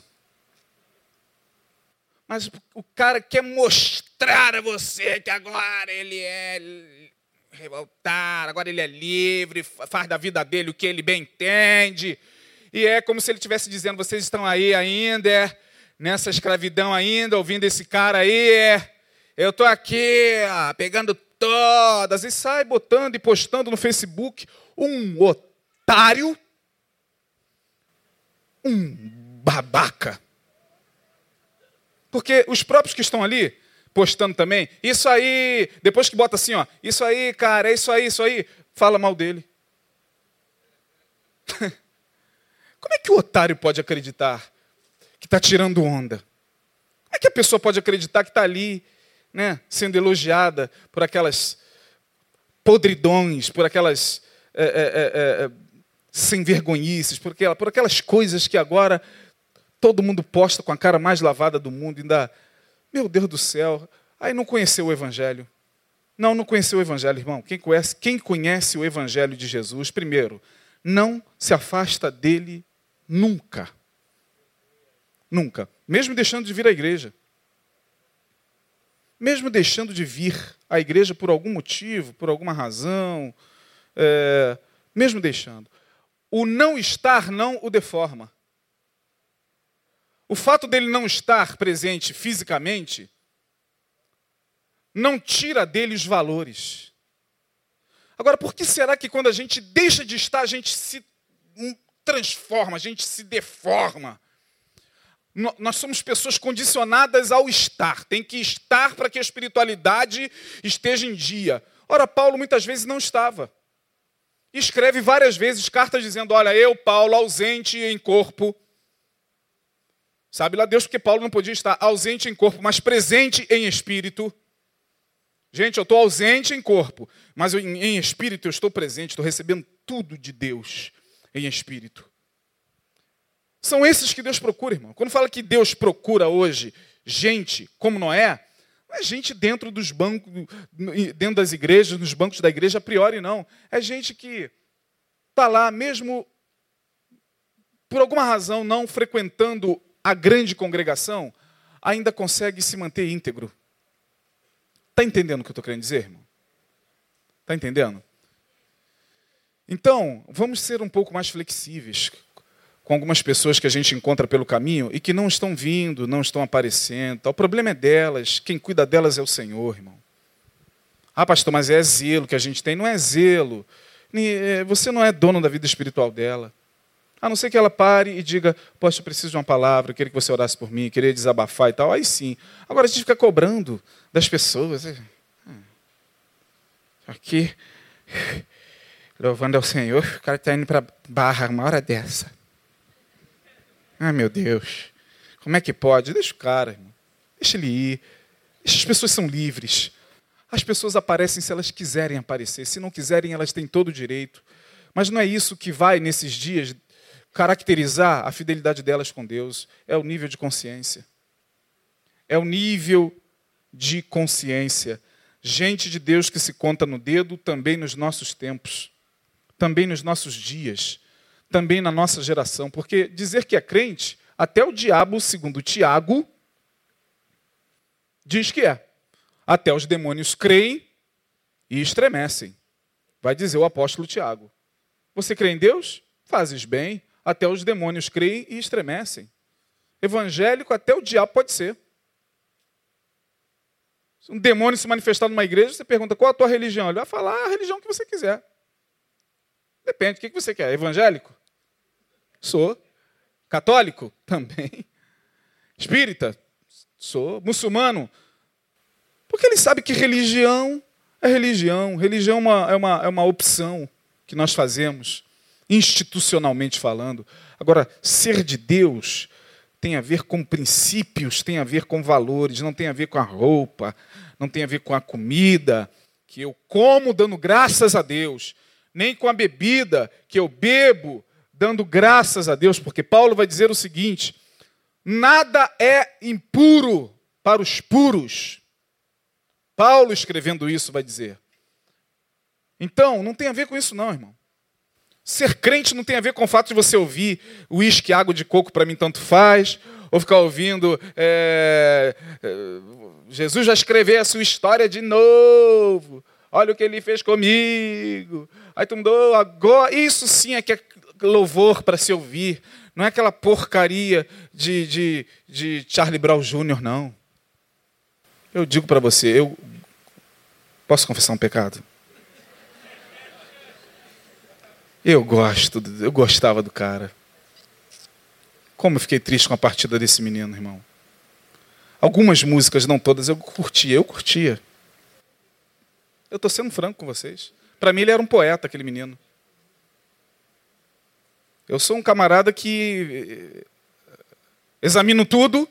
Mas o cara quer mostrar a você que agora ele é revoltado, agora ele é livre, faz da vida dele o que ele bem entende. E é como se ele estivesse dizendo, vocês estão aí ainda, é, nessa escravidão ainda, ouvindo esse cara aí, é, eu estou aqui, ó, pegando todas, e sai botando e postando no Facebook um otário, um babaca. Porque os próprios que estão ali, postando também, isso aí, depois que bota assim, ó, isso aí, cara, é isso aí, isso aí, fala mal dele. Como é que o otário pode acreditar que está tirando onda? Como é que a pessoa pode acreditar que está ali, né, sendo elogiada por aquelas podridões, por aquelas é, é, é, sem vergonhices, por, aquela, por aquelas coisas que agora todo mundo posta com a cara mais lavada do mundo, ainda, meu Deus do céu, aí não conheceu o Evangelho. Não, não conheceu o Evangelho, irmão. Quem conhece, quem conhece o Evangelho de Jesus, primeiro, não se afasta dele nunca. Nunca. Mesmo deixando de vir à igreja. Mesmo deixando de vir à igreja por algum motivo, por alguma razão, é, mesmo deixando. O não estar não o deforma. O fato dele não estar presente fisicamente não tira dele os valores. Agora, por que será que quando a gente deixa de estar, a gente se transforma, a gente se deforma? Nós somos pessoas condicionadas ao estar. Tem que estar para que a espiritualidade esteja em dia. Ora, Paulo muitas vezes não estava. Escreve várias vezes cartas dizendo, olha, eu, Paulo, ausente em corpo. Sabe lá Deus porque Paulo não podia estar ausente em corpo, mas presente em espírito. Gente, eu estou ausente em corpo, mas eu, em espírito eu estou presente, estou recebendo tudo de Deus em espírito. São esses que Deus procura, irmão. Quando fala que Deus procura hoje gente como Noé, Não é gente dentro dos bancos, dentro das igrejas, nos bancos da igreja a priori, não. É gente que está lá mesmo, por alguma razão, não frequentando a grande congregação, ainda consegue se manter íntegro. Está entendendo o que eu estou querendo dizer, irmão? Está entendendo? Então, vamos ser um pouco mais flexíveis com algumas pessoas que a gente encontra pelo caminho e que não estão vindo, não estão aparecendo. O problema é delas, quem cuida delas é o Senhor, irmão. Ah, pastor, mas é zelo que a gente tem. Não é zelo. Você não é dono da vida espiritual dela. A não ser que ela pare e diga, poxa, eu preciso de uma palavra, eu queria que você orasse por mim, eu queria desabafar e tal. Aí sim. Agora a gente fica cobrando das pessoas. Aqui, louvando ao Senhor, o cara está indo para Barra uma hora dessa. Ai, meu Deus. Como é que pode? Deixa o cara, irmão. Deixa ele ir. As pessoas são livres. As pessoas aparecem se elas quiserem aparecer. Se não quiserem, elas têm todo o direito. Mas não é isso que vai, nesses dias, caracterizar a fidelidade delas com Deus. É o nível de consciência. É o nível de consciência. Gente de Deus que se conta no dedo também nos nossos tempos. Também nos nossos dias. Também na nossa geração. Porque dizer que é crente, até o diabo, segundo Tiago, diz que é. Até os demônios creem e estremecem. Vai dizer o apóstolo Tiago. Você crê em Deus? Fazes bem. Até os demônios creem e estremecem. Evangélico, até o diabo pode ser. Se um demônio se manifestar numa igreja, você pergunta, qual a tua religião? Ele vai falar a religião que você quiser. Depende, o que você quer? Evangélico? Sou. Católico? Também. Espírita? Sou. Muçulmano? Porque ele sabe que religião é religião. Religião é uma, é uma, é uma opção que nós fazemos, institucionalmente falando. Agora, ser de Deus tem a ver com princípios, tem a ver com valores, não tem a ver com a roupa, não tem a ver com a comida que eu como dando graças a Deus, nem com a bebida que eu bebo dando graças a Deus, porque Paulo vai dizer o seguinte, nada é impuro para os puros. Paulo escrevendo isso vai dizer. Então, não tem a ver com isso não, irmão. Ser crente não tem a ver com o fato de você ouvir uísque, água de coco, para mim tanto faz, ou ficar ouvindo, é, é, Jesus vai escrever a sua história de novo, olha o que ele fez comigo, aí tu mudou agora, isso sim é que é louvor para se ouvir, não é aquela porcaria de, de, de Charlie Brown Júnior, não. Eu digo para você, eu posso confessar um pecado? Eu gosto, eu gostava do cara. Como eu fiquei triste com a partida desse menino, irmão. Algumas músicas, não todas, eu curtia, eu curtia. Eu estou sendo franco com vocês. Para mim ele era um poeta, aquele menino. Eu sou um camarada que examino tudo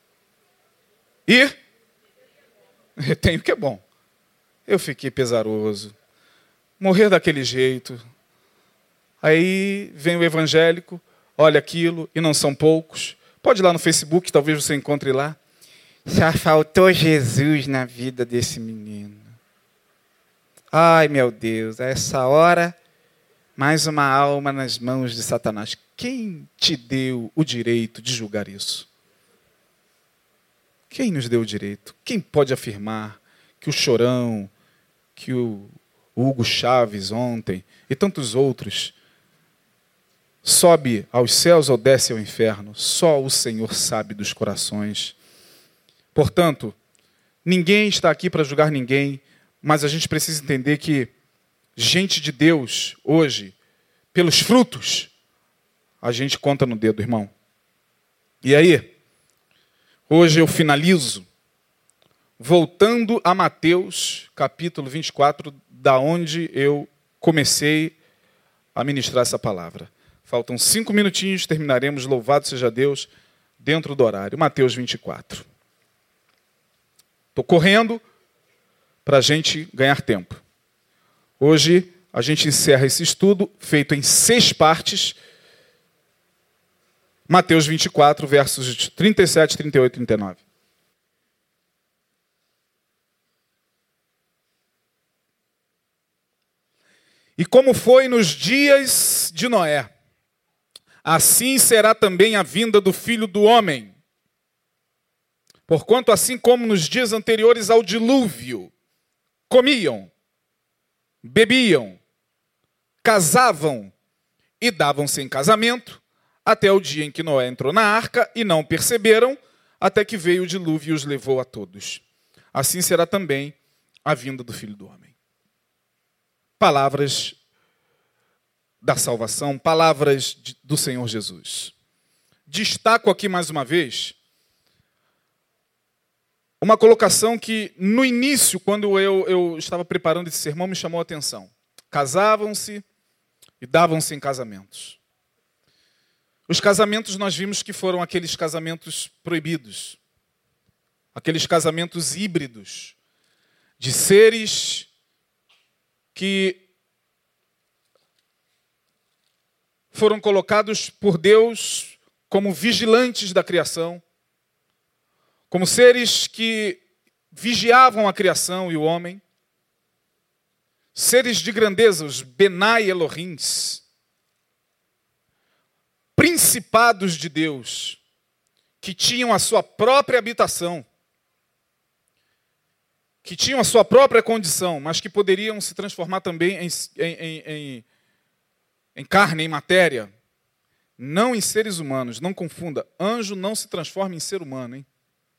e eu tenho que é bom. Eu fiquei pesaroso. Morrer daquele jeito. Aí vem o evangélico, olha aquilo, e não são poucos. Pode ir lá no Facebook, talvez você encontre lá. Já faltou Jesus na vida desse menino. Ai, meu Deus, a essa hora, mais uma alma nas mãos de Satanás. Quem te deu o direito de julgar isso? Quem nos deu o direito? Quem pode afirmar que o Chorão, que o Hugo Chaves ontem, e tantos outros, sobe aos céus ou desce ao inferno? Só o Senhor sabe dos corações. Portanto, ninguém está aqui para julgar ninguém, mas a gente precisa entender que gente de Deus, hoje, pelos frutos, a gente conta no dedo, irmão. E aí, hoje eu finalizo, voltando a Mateus, capítulo vinte e quatro, da onde eu comecei a ministrar essa palavra. Faltam cinco minutinhos, terminaremos, louvado seja Deus, dentro do horário. Mateus vinte e quatro. Estou correndo para a gente ganhar tempo. Hoje a gente encerra esse estudo, feito em seis partes. Mateus vinte e quatro, versos trinta e sete, trinta e oito e trinta e nove. E como foi nos dias de Noé, assim será também a vinda do Filho do Homem. Porquanto, assim como nos dias anteriores ao dilúvio, comiam, bebiam, casavam e davam-se em casamento, até o dia em que Noé entrou na arca, e não perceberam, até que veio o dilúvio e os levou a todos. Assim será também a vinda do Filho do Homem. Palavras da salvação, palavras do Senhor Jesus. Destaco aqui mais uma vez uma colocação que no início, quando eu, eu estava preparando esse sermão, me chamou a atenção. Casavam-se e davam-se em casamentos. Os casamentos nós vimos que foram aqueles casamentos proibidos, aqueles casamentos híbridos, de seres que foram colocados por Deus como vigilantes da criação, como seres que vigiavam a criação e o homem, seres de grandeza, os Benai Elohims, principados de Deus, que tinham a sua própria habitação, que tinham a sua própria condição, mas que poderiam se transformar também em, em, em, em carne, em matéria, não em seres humanos. Não confunda, anjo não se transforma em ser humano, hein?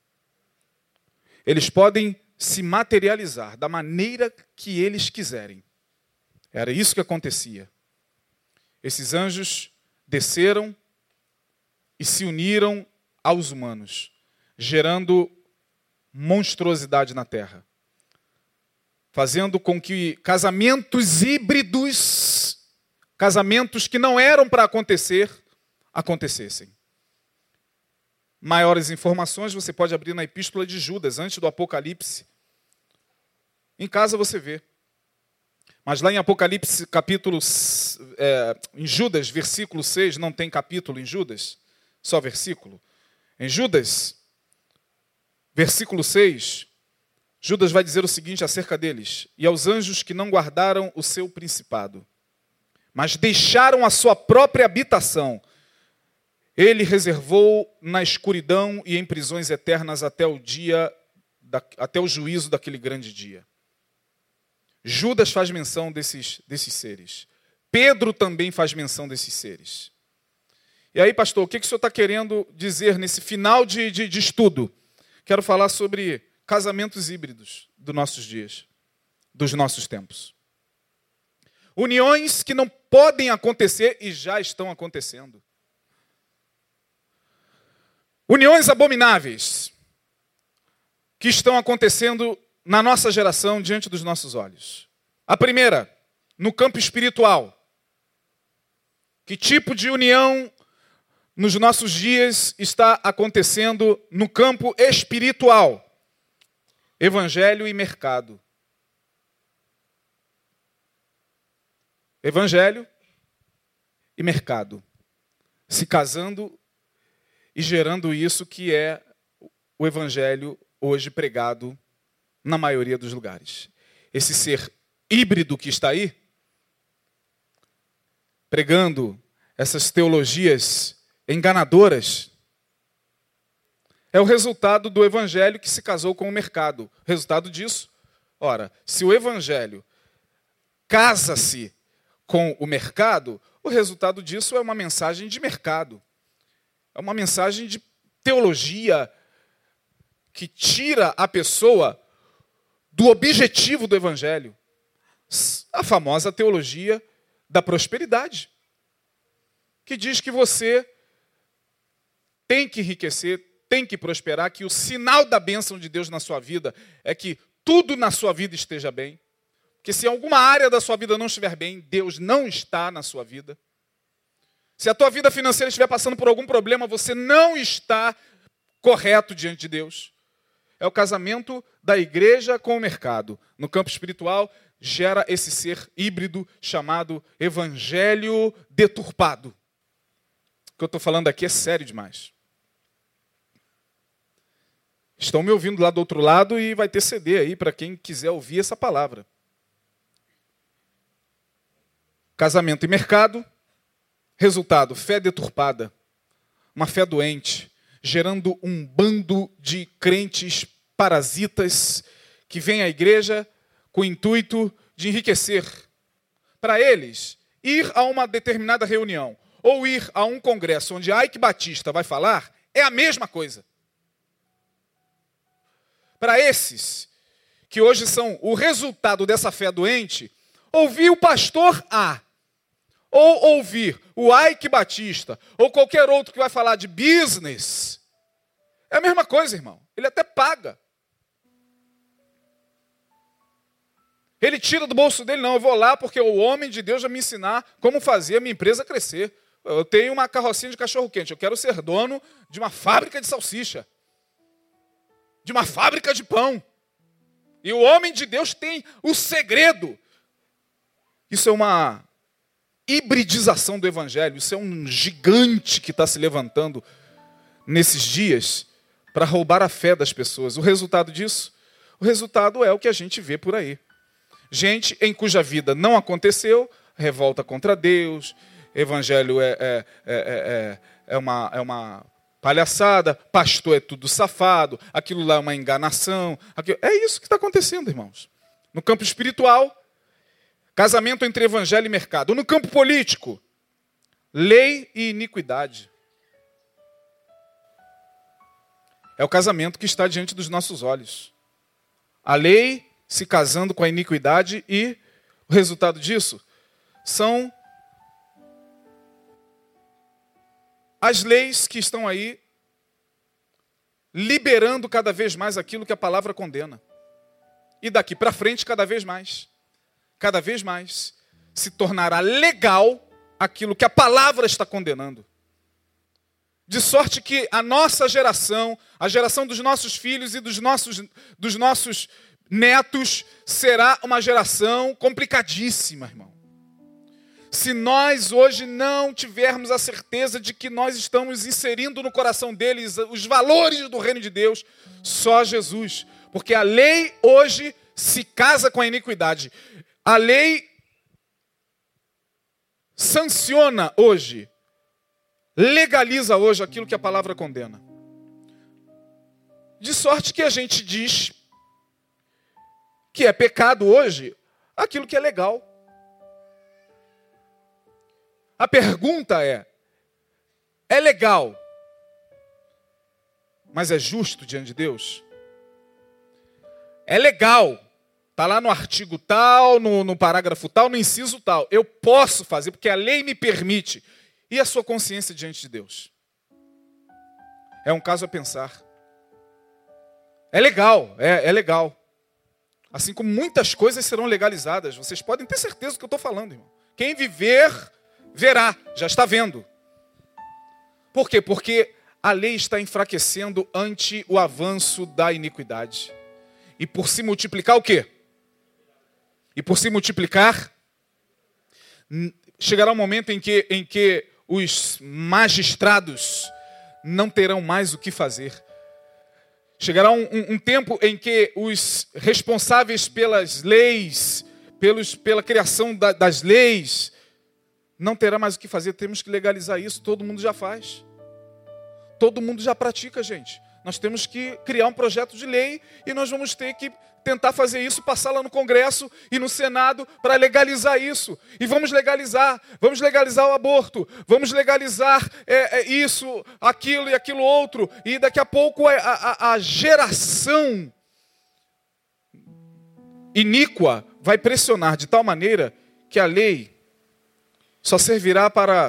Eles podem se materializar da maneira que eles quiserem. Era isso que acontecia. Esses anjos desceram e se uniram aos humanos, gerando monstruosidade na terra, fazendo com que casamentos híbridos, casamentos que não eram para acontecer, acontecessem. Maiores informações você pode abrir na Epístola de Judas, antes do Apocalipse. Em casa você vê. Mas lá em Apocalipse, capítulo, é, em Judas, versículo seis, não tem capítulo em Judas, só versículo. Em Judas, versículo seis, Judas vai dizer o seguinte acerca deles: e aos anjos que não guardaram o seu principado, mas deixaram a sua própria habitação, ele reservou na escuridão e em prisões eternas até o dia, até o juízo daquele grande dia. Judas faz menção desses, desses seres. Pedro também faz menção desses seres. E aí, pastor, o que, que o senhor está querendo dizer nesse final de, de, de estudo? Quero falar sobre casamentos híbridos dos nossos dias, dos nossos tempos. Uniões que não podem acontecer e já estão acontecendo. Uniões abomináveis que estão acontecendo na nossa geração diante dos nossos olhos. A primeira, no campo espiritual. Que tipo de união nos nossos dias está acontecendo no campo espiritual? Evangelho e mercado. Evangelho e mercado. Se casando e gerando isso que é o evangelho hoje pregado na maioria dos lugares. Esse ser híbrido que está aí, pregando essas teologias enganadoras, é o resultado do evangelho que se casou com o mercado. Resultado disso, ora, se o evangelho casa-se com o mercado, o resultado disso é uma mensagem de mercado. É uma mensagem de teologia que tira a pessoa do objetivo do evangelho. A famosa teologia da prosperidade, que diz que você tem que enriquecer, tem que prosperar, que o sinal da bênção de Deus na sua vida é que tudo na sua vida esteja bem. Porque se alguma área da sua vida não estiver bem, Deus não está na sua vida. Se a tua vida financeira estiver passando por algum problema, você não está correto diante de Deus. É o casamento da igreja com o mercado. No campo espiritual, gera esse ser híbrido chamado evangelho deturpado. O que eu estou falando aqui é sério demais. Estão me ouvindo lá do outro lado e vai ter C D aí para quem quiser ouvir essa palavra. Casamento e mercado. Resultado, fé deturpada. Uma fé doente, gerando um bando de crentes parasitas que vêm à igreja com o intuito de enriquecer. Para eles, ir a uma determinada reunião ou ir a um congresso onde Ike Batista vai falar é a mesma coisa. Para esses, que hoje são o resultado dessa fé doente, ouvir o pastor A, ou ouvir o Ike Batista, ou qualquer outro que vai falar de business, é a mesma coisa, irmão. Ele até paga. Ele tira do bolso dele, não, eu vou lá porque o homem de Deus vai me ensinar como fazer a minha empresa crescer. Eu tenho uma carrocinha de cachorro-quente, eu quero ser dono de uma fábrica de salsicha, de uma fábrica de pão. E o homem de Deus tem o segredo. Isso é uma hibridização do evangelho, isso é um gigante que está se levantando nesses dias para roubar a fé das pessoas. O resultado disso? O resultado é o que a gente vê por aí. Gente em cuja vida não aconteceu, revolta contra Deus, evangelho é, é, é, é, é, uma, é uma palhaçada, pastor é tudo safado, aquilo lá é uma enganação. Aquilo... É isso que está acontecendo, irmãos. No campo espiritual, casamento entre evangelho e mercado. No campo político, lei e iniquidade. É o casamento que está diante dos nossos olhos. A lei se casando com a iniquidade e o resultado disso são as leis que estão aí liberando cada vez mais aquilo que a palavra condena. E daqui para frente, cada vez mais, cada vez mais, se tornará legal aquilo que a palavra está condenando. De sorte que a nossa geração, a geração dos nossos filhos e dos nossos, dos nossos netos, será uma geração complicadíssima, irmão. Se nós hoje não tivermos a certeza de que nós estamos inserindo no coração deles os valores do reino de Deus, só Jesus. Porque a lei hoje se casa com a iniquidade. A lei sanciona hoje, legaliza hoje aquilo que a palavra condena. De sorte que a gente diz que é pecado hoje aquilo que é legal. A pergunta é, é legal, mas é justo diante de Deus? É legal, está lá no artigo tal, no, no parágrafo tal, no inciso tal. Eu posso fazer, porque a lei me permite. E a sua consciência diante de Deus? É um caso a pensar. É legal, é, é legal. Assim como muitas coisas serão legalizadas. Vocês podem ter certeza do que eu estou falando, irmão. Quem viver, verá. Já está vendo. Por quê? Porque a lei está enfraquecendo ante o avanço da iniquidade. E por se multiplicar o quê? E por se multiplicar, chegará um momento em que, em que os magistrados não terão mais o que fazer. Chegará um, um, um tempo em que os responsáveis pelas leis, pelos, pela criação da, das leis, não terá mais o que fazer. Temos que legalizar isso. Todo mundo já faz. Todo mundo já pratica, gente. Nós temos que criar um projeto de lei e nós vamos ter que tentar fazer isso, passar lá no Congresso e no Senado para legalizar isso. E vamos legalizar, vamos legalizar o aborto, vamos legalizar é, é, isso, aquilo e aquilo outro. E daqui a pouco a, a, a geração iníqua vai pressionar de tal maneira que a lei só servirá para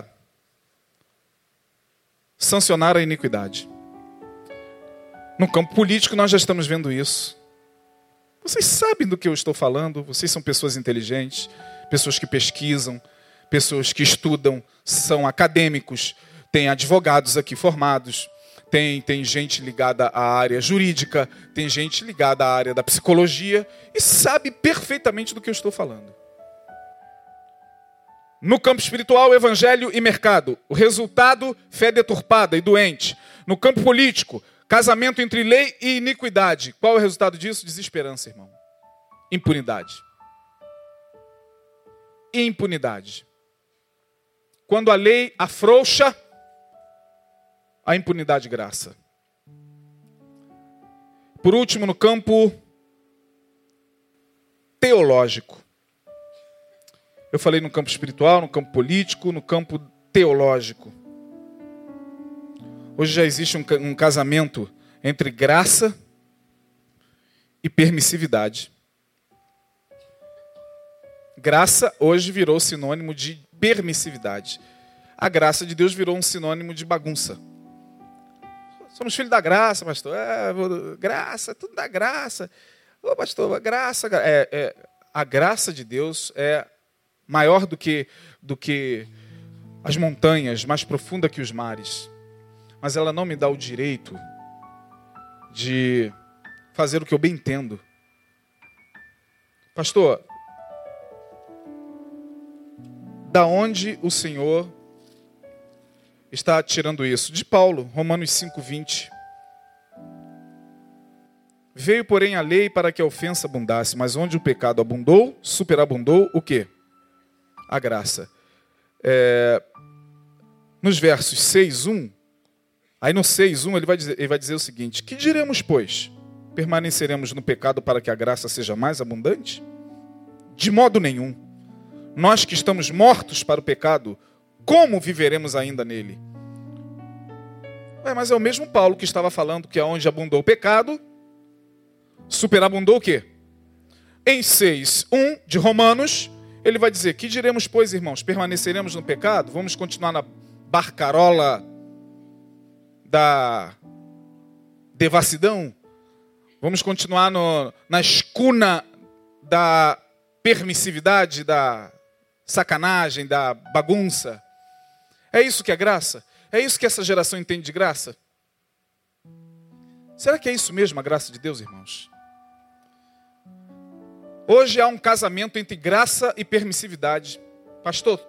sancionar a iniquidade. No campo político nós já estamos vendo isso. Vocês sabem do que eu estou falando, vocês são pessoas inteligentes, pessoas que pesquisam, pessoas que estudam, são acadêmicos, tem advogados aqui formados, tem, tem gente ligada à área jurídica, tem gente ligada à área da psicologia e sabe perfeitamente do que eu estou falando. No campo espiritual, evangelho e mercado. O resultado, fé deturpada e doente. No campo político, casamento entre lei e iniquidade. Qual é o resultado disso? Desesperança, irmão. Impunidade. Impunidade. quando a lei afrouxa, a impunidade graça. Por último, no campo teológico. Eu falei no campo espiritual, no campo político, no campo teológico. Hoje já existe um, um casamento entre graça e permissividade. Graça hoje virou sinônimo de permissividade. A graça de Deus virou um sinônimo de bagunça. Somos filhos da graça, pastor. É, graça, tudo da graça. Ô, pastor, a graça... É, é, a graça de Deus é maior do que, do que as montanhas, mais profunda que os mares. Mas ela não me dá o direito de fazer o que eu bem entendo. Pastor, da onde o Senhor está tirando isso? De Paulo, Romanos cinco, vinte. Veio, porém, a lei para que a ofensa abundasse, mas onde o pecado abundou, superabundou o quê? A graça. É, nos versos seis, um, aí no seis, um ele vai dizer, ele vai dizer o seguinte: que diremos, pois? Permaneceremos no pecado para que a graça seja mais abundante? De modo nenhum. Nós que estamos mortos para o pecado, como viveremos ainda nele? Ué, mas é o mesmo Paulo que estava falando que aonde abundou o pecado, superabundou o quê? Em seis, um de Romanos, ele vai dizer: que diremos, pois, irmãos? Permaneceremos no pecado? Vamos continuar na barcarola da devassidão? Vamos continuar no, na escuna da permissividade, da sacanagem, da bagunça? É isso que é graça? É isso que essa geração entende de graça? Será que é isso mesmo a graça de Deus, irmãos? Hoje há um casamento entre graça e permissividade. Pastor,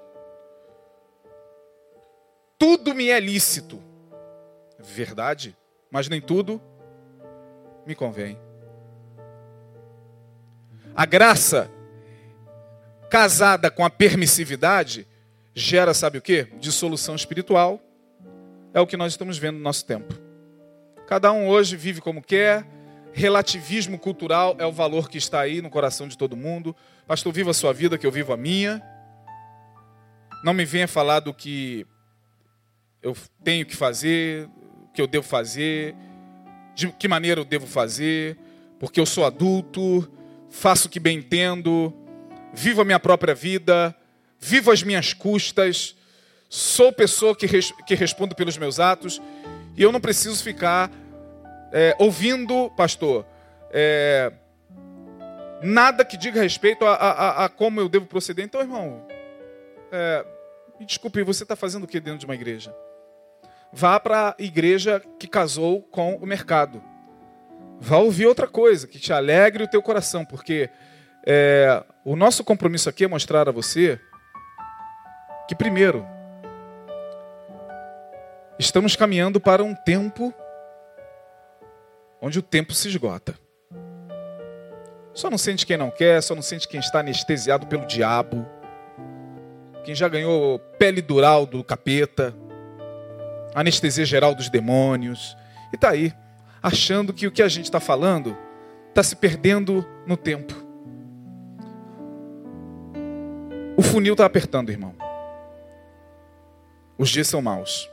tudo me é lícito. Verdade, mas nem tudo me convém. A graça casada com a permissividade gera, sabe o quê? Dissolução espiritual. É o que nós estamos vendo no nosso tempo. Cada um hoje vive como quer. Relativismo cultural é o valor que está aí no coração de todo mundo. Pastor, viva a sua vida que eu vivo a minha. Não me venha falar do que eu tenho que fazer, o que eu devo fazer, de que maneira eu devo fazer, porque eu sou adulto, faço o que bem entendo, vivo a minha própria vida, vivo às minhas custas, sou pessoa que, res, que respondo pelos meus atos, e eu não preciso ficar é, ouvindo, pastor, é, nada que diga respeito a, a, a como eu devo proceder. Então, irmão, é, me desculpe, você está fazendo o que dentro de uma igreja? Vá para a igreja que casou com o mercado. Vá ouvir outra coisa, que te alegre o teu coração, porque é, o nosso compromisso aqui é mostrar a você que, primeiro, estamos caminhando para um tempo onde o tempo se esgota. Só não sente quem não quer, só não sente quem está anestesiado pelo diabo, quem já ganhou pele dural do capeta, anestesia geral dos demônios, e está aí, achando que o que a gente está falando está se perdendo no tempo. O funil está apertando, irmão. Os dias são maus.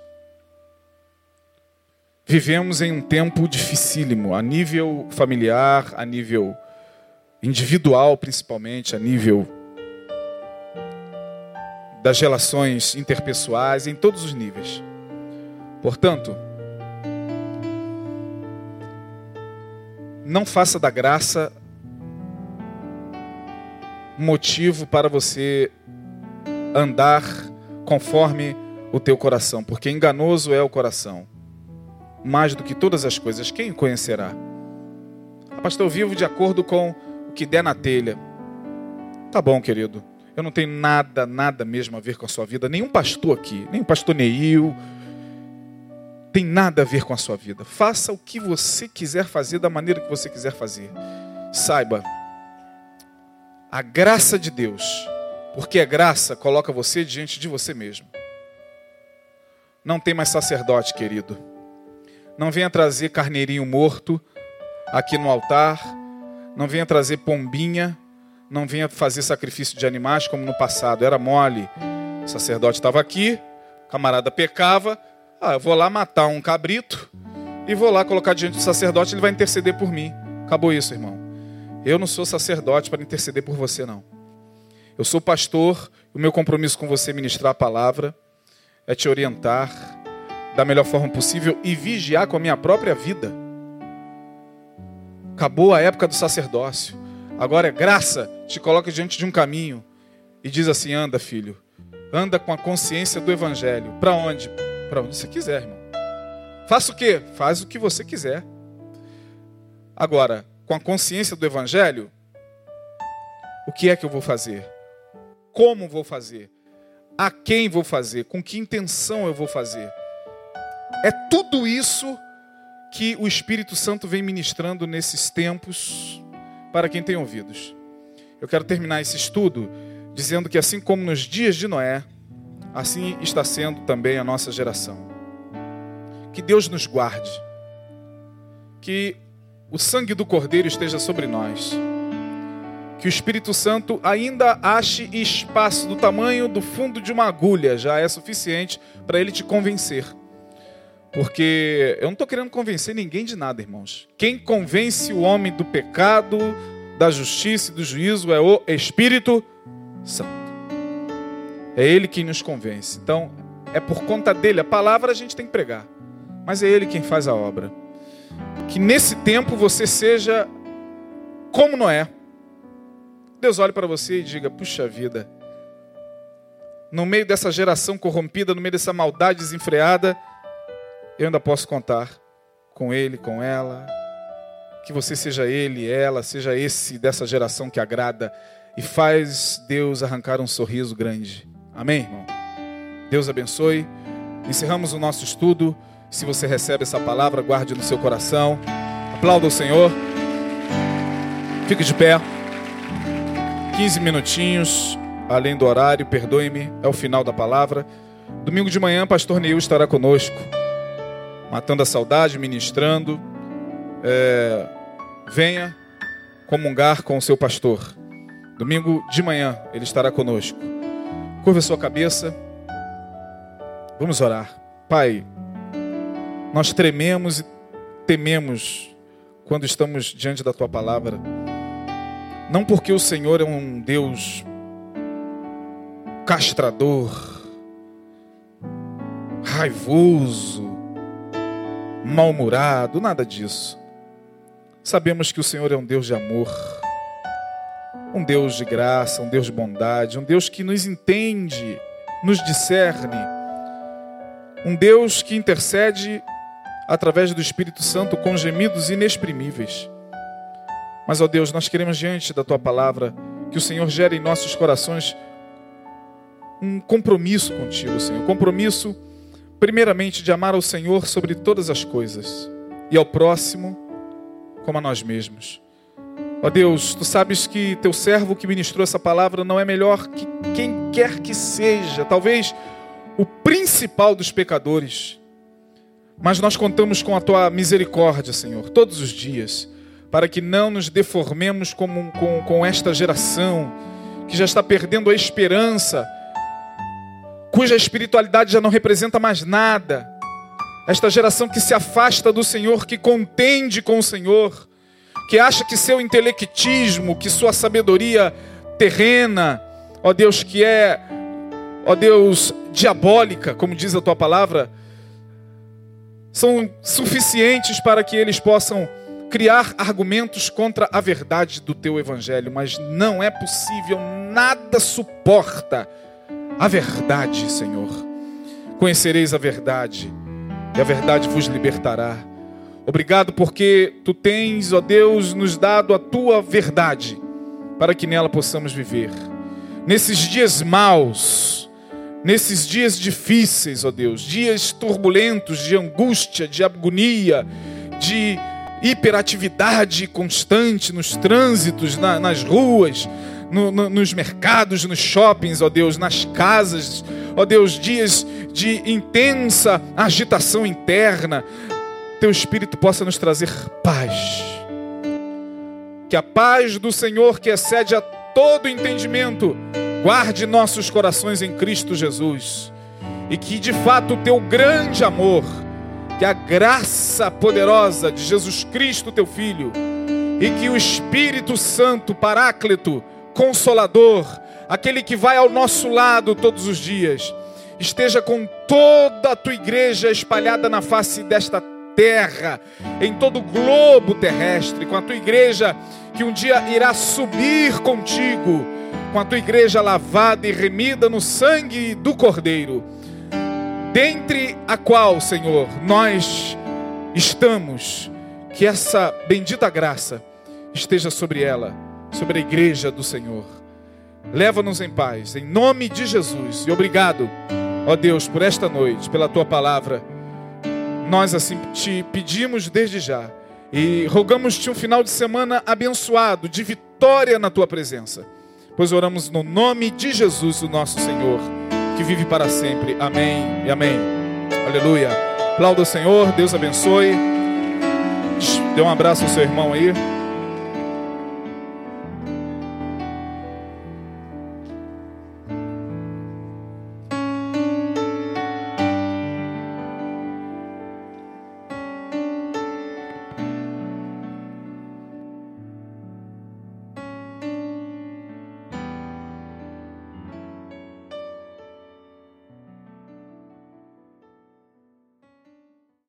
Vivemos em um tempo dificílimo, a nível familiar, a nível individual principalmente, a nível das relações interpessoais, em todos os níveis. Portanto, não faça da graça motivo para você andar conforme o teu coração, porque enganoso é o coração, mais do que todas as coisas. Quem o conhecerá? Ah, pastor, eu vivo de acordo com o que der na telha. Tá bom, querido. Eu não tenho nada, nada mesmo a ver com a sua vida. Nenhum pastor aqui, nem o pastor Neil, tem nada a ver com a sua vida. Faça o que você quiser fazer, da maneira que você quiser fazer. Saiba, a graça de Deus, porque a graça coloca você diante de você mesmo. não tem mais sacerdote, querido. Não venha trazer carneirinho morto aqui no altar. Não venha trazer pombinha. Não venha fazer sacrifício de animais como no passado. Era mole. O sacerdote estava aqui, o camarada pecava. Ah, eu vou lá matar um cabrito e vou lá colocar diante do sacerdote, ele vai interceder por mim. Acabou isso, irmão. Eu não sou sacerdote para interceder por você, não. Eu sou pastor, o meu compromisso com você é ministrar a palavra, é te orientar da melhor forma possível e vigiar com a minha própria vida. Acabou a época do sacerdócio. Agora é graça, te coloca diante de um caminho e diz assim: anda, filho, anda com a consciência do evangelho. Para onde? Para onde você quiser, irmão. Faça o quê? Faz o que você quiser. Agora, com a consciência do evangelho, o que é que eu vou fazer? Como vou fazer? A quem vou fazer? Com que intenção eu vou fazer? É tudo isso que o Espírito Santo vem ministrando nesses tempos para quem tem ouvidos. Eu quero terminar esse estudo dizendo que assim como nos dias de Noé, assim está sendo também a nossa geração. Que Deus nos guarde. Que o sangue do Cordeiro esteja sobre nós. Que o Espírito Santo ainda ache espaço do tamanho do fundo de uma agulha. Já é suficiente para ele te convencer. Porque eu não estou querendo convencer ninguém de nada, irmãos. Quem convence o homem do pecado, da justiça e do juízo é o Espírito Santo. É ele quem nos convence. Então, é por conta dele. A palavra a gente tem que pregar. Mas é ele quem faz a obra. Que nesse tempo você seja como Noé. Deus olhe para você e diga: puxa vida, no meio dessa geração corrompida, no meio dessa maldade desenfreada, eu ainda posso contar com ele, com ela. Que você seja ele, ela, seja esse dessa geração que agrada e faz Deus arrancar um sorriso grande. Amém, irmão? Deus abençoe. Encerramos o nosso estudo. Se você recebe essa palavra, guarde no seu coração. Aplauda o Senhor. Fique de pé. quinze minutinhos, além do horário, perdoe-me, é o final da palavra. Domingo de manhã, pastor Neil estará conosco, matando a saudade, ministrando. É, venha comungar com o seu pastor. Domingo de manhã, ele estará conosco. Curva a sua cabeça. Vamos orar. Pai, nós trememos e tememos quando estamos diante da Tua palavra. Não porque o Senhor é um Deus castrador, raivoso, mal-humorado, nada disso. Sabemos que o Senhor é um Deus de amor, um Deus de graça, um Deus de bondade, um Deus que nos entende, nos discerne, um Deus que intercede através do Espírito Santo com gemidos inexprimíveis. Mas, ó Deus, nós queremos diante da Tua palavra que o Senhor gere em nossos corações um compromisso contigo, Senhor. Compromisso, primeiramente, de amar ao Senhor sobre todas as coisas e ao próximo como a nós mesmos. Ó Deus, Tu sabes que Teu servo que ministrou essa palavra não é melhor que quem quer que seja, talvez o principal dos pecadores. Mas nós contamos com a Tua misericórdia, Senhor, todos os dias, para que não nos deformemos com, com, com esta geração que já está perdendo a esperança, cuja espiritualidade já não representa mais nada. Esta geração que se afasta do Senhor, que contende com o Senhor, que acha que seu intelectismo, que sua sabedoria terrena, ó Deus, que é, ó Deus, diabólica, como diz a Tua palavra, são suficientes para que eles possam criar argumentos contra a verdade do Teu Evangelho. Mas não é possível, nada suporta a verdade, Senhor. Conhecereis a verdade, e a verdade vos libertará. Obrigado porque Tu tens, ó Deus, nos dado a Tua verdade, para que nela possamos viver. Nesses dias maus, nesses dias difíceis, ó Deus, dias turbulentos, de angústia, de agonia, de hiperatividade constante nos trânsitos, na, nas ruas, no, no, nos mercados, nos shoppings, ó Deus, nas casas, ó Deus, dias de intensa agitação interna, Teu Espírito possa nos trazer paz. Que a paz do Senhor, que excede a todo entendimento, guarde nossos corações em Cristo Jesus. E que de fato o Teu grande amor, que a graça poderosa de Jesus Cristo, Teu Filho, e que o Espírito Santo, Paráclito, Consolador, aquele que vai ao nosso lado todos os dias, esteja com toda a Tua igreja espalhada na face desta terra, em todo o globo terrestre, com a Tua igreja que um dia irá subir contigo, com a Tua igreja lavada e remida no sangue do Cordeiro, dentre a qual, Senhor, nós estamos. Que essa bendita graça esteja sobre ela, sobre a igreja do Senhor. Leva-nos em paz, em nome de Jesus. E obrigado, ó Deus, por esta noite, pela Tua palavra. Nós assim Te pedimos desde já. E rogamos-Te um final de semana abençoado, de vitória na Tua presença. Pois oramos no nome de Jesus, o nosso Senhor, que vive para sempre. Amém e amém. Aleluia. Aplauda o Senhor, Deus abençoe. Dê um abraço ao seu irmão aí.